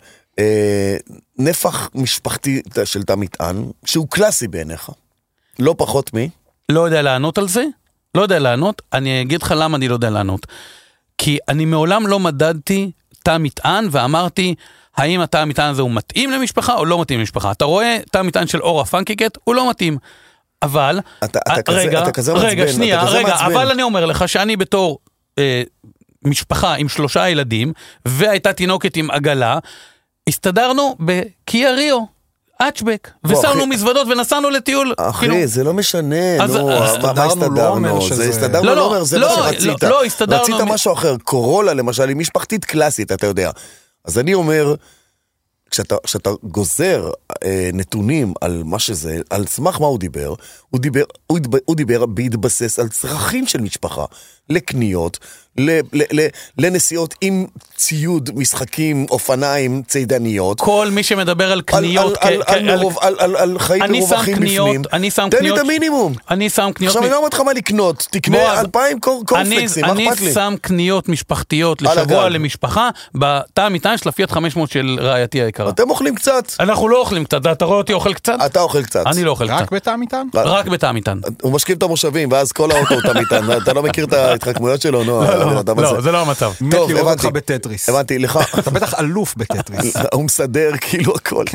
נפח משפחתי של תא מטען, שהוא קלאסי בעיניך. לא פחות מי? לא יודע לענות על זה. לא יודע לענות. אני אגיד לך למה אני לא יודע לענות. כי אני מעולם לא מדדתי תא מטען ואמרתי, האם התא המטען הזה הוא מתאים למשפחה או לא מתאים למשפחה. אתה רואה תא מטען של אורה פנקיקט, הוא לא מתאים. אבל, אתה, אתה רגע, כזה, אתה כזה רגע, מעצבן, שנייה, אתה כזה רגע, מעצבן. אבל אני אומר לך שאני בתור אה, משפחה עם שלושה ילדים, והייתה תינוקת עם עגלה, הסתדרנו בקיה ריו, אצ'בק, ושמנו מזוודות ונסענו לטיול. אחי, כאילו, זה לא משנה, אז, נו, אז, מה הסתדרנו לא אומר שזה... זה הסתדרנו לא, לא לא, אומר, זה לא, מה שרצית. לא, לא, הסתדרנו... רצית משהו אחר, קורולה למשל, היא משפחתית קלאסית, אתה יודע. אז אני אומר... כשאתה, כשאתה גוזר אה, נתונים על מה שזה, על סמך מה הוא דיבר, הוא דיבר, הוא, התב, הוא דיבר בהתבסס על צרכים של משפחה, לקניות, ל, ל, ל, לנסיעות עם ציוד, משחקים, אופניים, ציידניות. כל מי שמדבר על קניות... על, על, על, על, מרוב, על, על, על חיים מרווחים בפנים. אני שם תן קניות... לי את המינימום. אני שם קניות... עכשיו אני לא אומר לך מה לקנות, תקנה אלפיים קורנפלקסים, מה אכפת לי? אני שם קניות משפחתיות לשבוע למשפחה, בתא מטען של הפיאט חמש מאות של רעייתי היקרה. אתם אוכלים קצת. אנחנו לא אוכלים קצת, אתה רואה אותי אוכל קצת? אתה אוכל קצת. אני לא אוכל קצת. רק בתא מטען? רק בתא מטען. הוא משכיב את המושבים, ואז כל האוטו הוא תא מטען. אתה לא מכיר את ההתחכמויות שלו, נו. לא, זה לא המצב. מת לראות אותך בטטריס. הבנתי, לך. אתה בטח אלוף בטטריס. הוא מסדר כאילו הכל.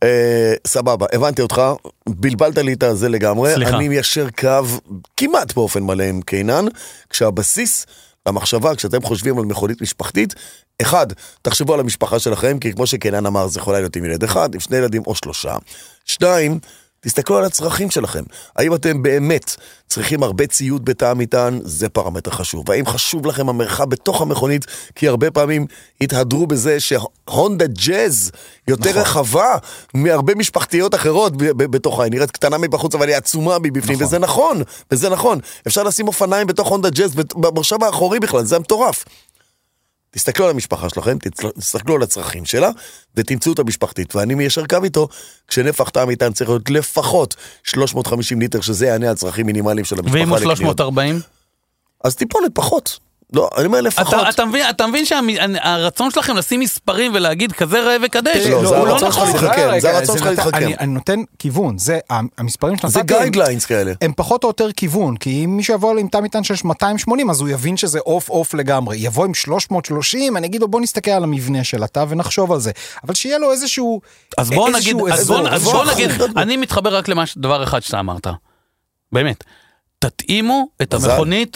סבבה, הבנתי אותך, בלבלת לי את זה לגמרי. סליחה. אני מיישר קו כמעט באופן מלא עם קינן, כשהבסיס למחשבה, כשאתם חושבים על מכונית משפחתית, אחד, תחשבו על המשפחה שלכם, כי כמו שקינן אמר, זה יכולה להיות עם ילד אחד, עם שני ילדים או שלושה. שתיים, תסתכלו על הצרכים שלכם. האם אתם באמת צריכים הרבה ציוד בתא מטען? זה פרמטר חשוב. והאם חשוב לכם המרחב בתוך המכונית? כי הרבה פעמים התהדרו בזה שהונדה ג'אז יותר נכון. רחבה מהרבה משפחתיות אחרות בתוכה. היא נראית קטנה מבחוץ, אבל היא עצומה מבפנים. נכון. וזה נכון, וזה נכון. אפשר לשים אופניים בתוך הונדה ג'אז, במושב האחורי בכלל, זה מטורף. תסתכלו על המשפחה שלכם, תסתכלו על הצרכים שלה, ותמצאו את המשפחתית. ואני מיישר קו איתו, כשנפח תא מטען צריך להיות לפחות שלוש מאות וחמישים ליטר, שזה יענה על צרכים מינימליים של המשפחה. ואם הוא שלוש מאות וארבעים? אז טיפונת פחות. לא, אני אומר לפחות. אתה, אתה מבין, אתה מבין שהרצון שלכם לשים מספרים ולהגיד כזה ראה וקדש, לא, זה הוא לא הרצון שלך נכון. להתחכם, זה הרצון שלך נת- להתחכם. אני אני נותן כיוון, זה המספרים זה שנתתי, הם- גיידליינס כאלה. הם פחות או יותר כיוון, כי אם מישהו יבוא עם תא מטען של מאתיים ושמונים, אז הוא יבין שזה אוף אוף לגמרי. יבוא עם שלוש מאות ושלושים, אני אגיד לו בוא נסתכל על המבנה של התא ונחשוב על זה. אבל שיהיה לו איזשהו... אז בוא נגיד, איזשהו אז אזור. בוא, אז בוא נגיד, אני מתחבר רק לדבר אחד שאתה אמרת. באמת. תתאימו את מזל. המכונית,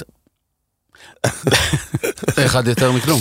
אחד יותר מכלום.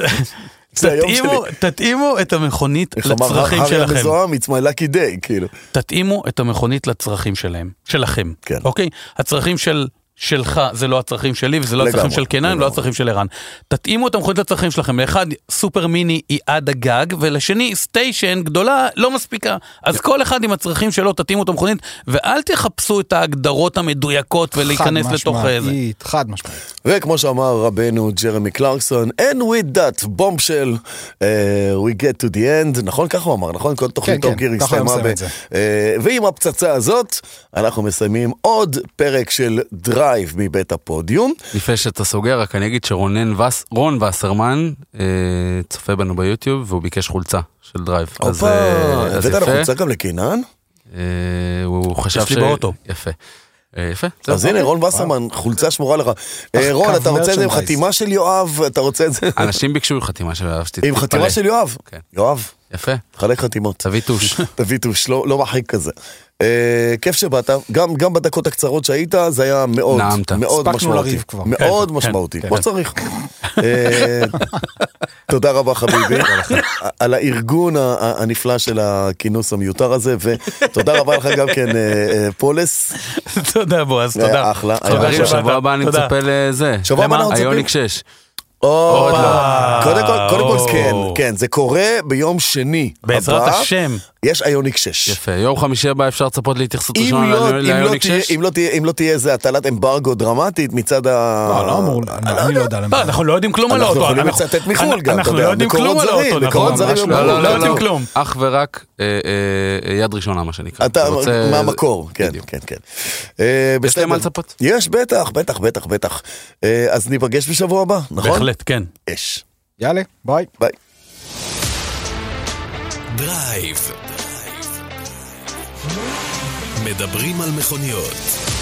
זה היום תתאימו, שלי. תתאימו את המכונית איך אמר לצרכים הרי שלכם. המזוהם, it's my lucky day, כאילו. תתאימו את המכונית לצרכים שלהם, שלכם. כן. אוקיי? הצרכים של... שלך זה לא הצרכים שלי, וזה לא לגמרי, הצרכים של קנן, לגמרי. לא הצרכים של ערן. תתאימו את המכונית לצרכים שלכם. לאחד, סופר מיני היא עד הגג, ולשני, סטיישן גדולה לא מספיקה. אז כל אחד עם הצרכים שלו, תתאימו את המכונית, ואל תחפשו את ההגדרות המדויקות ולהיכנס לתוך זה. משמעית, חד משמעית. וכמו שאמר רבנו ג'רמי קלרקסון, and with that bombshell, uh, we get to the end, נכון? ככה הוא אמר, נכון? כל תוכנית כן, טוב גיר ככה הסתיימה. הוא מסיים ב- את זה. אה, ועם הפצצה הזאת, אנחנו מסיימים עוד פרק של דרייב מבית הפודיום. לפני שאתה סוגר, רק אני אגיד שרונן וס, רון וסרמן אה, צופה בנו ביוטיוב, והוא ביקש חולצה של דרייב. אז, הופה, אה, אז הבאת יפה. לחולצה גם לקינן? אה, הוא חשב יש לי באוטו. יפה. אה, יפה. אז זהו, הנה, אוקיי. רון וסרמן, חולצה שמורה לך. אה, רון, קו אתה רוצה את זה עם מרצ'נדייז. חתימה של יואב? אתה רוצה את זה? אנשים ביקשו חתימה של יואב, שתתפלא. עם חתימה של יואב? כן. יואב, יפה. חלק חתימות. תביא טוש. תביא טוש, לא, לא מחריק כזה. אה, כיף שבאת, גם, גם בדקות הקצרות שהיית, זה היה מאוד, נעמת. מאוד הספקנו משמעותי. לריב כבר. מאוד כן, משמעותי, כן, כמו שצריך. אה, תודה רבה חביבי, על הארגון ה- ה- הנפלא של הכינוס המיותר הזה, ותודה רבה לך גם כן, אה, אה, פולס. תודה בועז, היה תודה. אחלה. תודה היה חברים, שבאת. שבוע הבא אני תודה. מצפה לזה. שבוע הבא למה? אנחנו מצפים. היוניק שש. עוד הופה. לא. קודם כל, קודם כל, או. כן, כן, זה קורה ביום שני. בעזרת הבא. השם. יש איוניק שש. יפה. יום חמישי הבא אפשר לצפות להתייחסות אם ראשונה לא, אם, לא ליוניק תהיה, שש. אם, לא תהיה, אם לא תהיה איזה הטלת אמברגו דרמטית מצד ה... לא, לא אמור, אני אני לא יודע למה. לא, אנחנו לא יודעים כלום על אנחנו האוטו. יכולים לצטט מחו"ל גם, אנחנו אתה לא יודע, יודעים מקורות כלום על זרים, האוטו, מקורות נכון? זרים ממש הם לא, לא- לא יודעים כלום. אך ורק אה, אה, יד ראשונה, מה שנקרא. אתה אני רוצה- מהמקור, כן, בדיוק. כן, כן. אה, יש בסדר. להם מה לצפות? יש, בטח, בטח, בטח, בטח. אה, אז ניפגש בשבוע הבא, נכון? בהחלט, כן. אש. יאללה, ביי. ביי. דרייב. מדברים על מכוניות.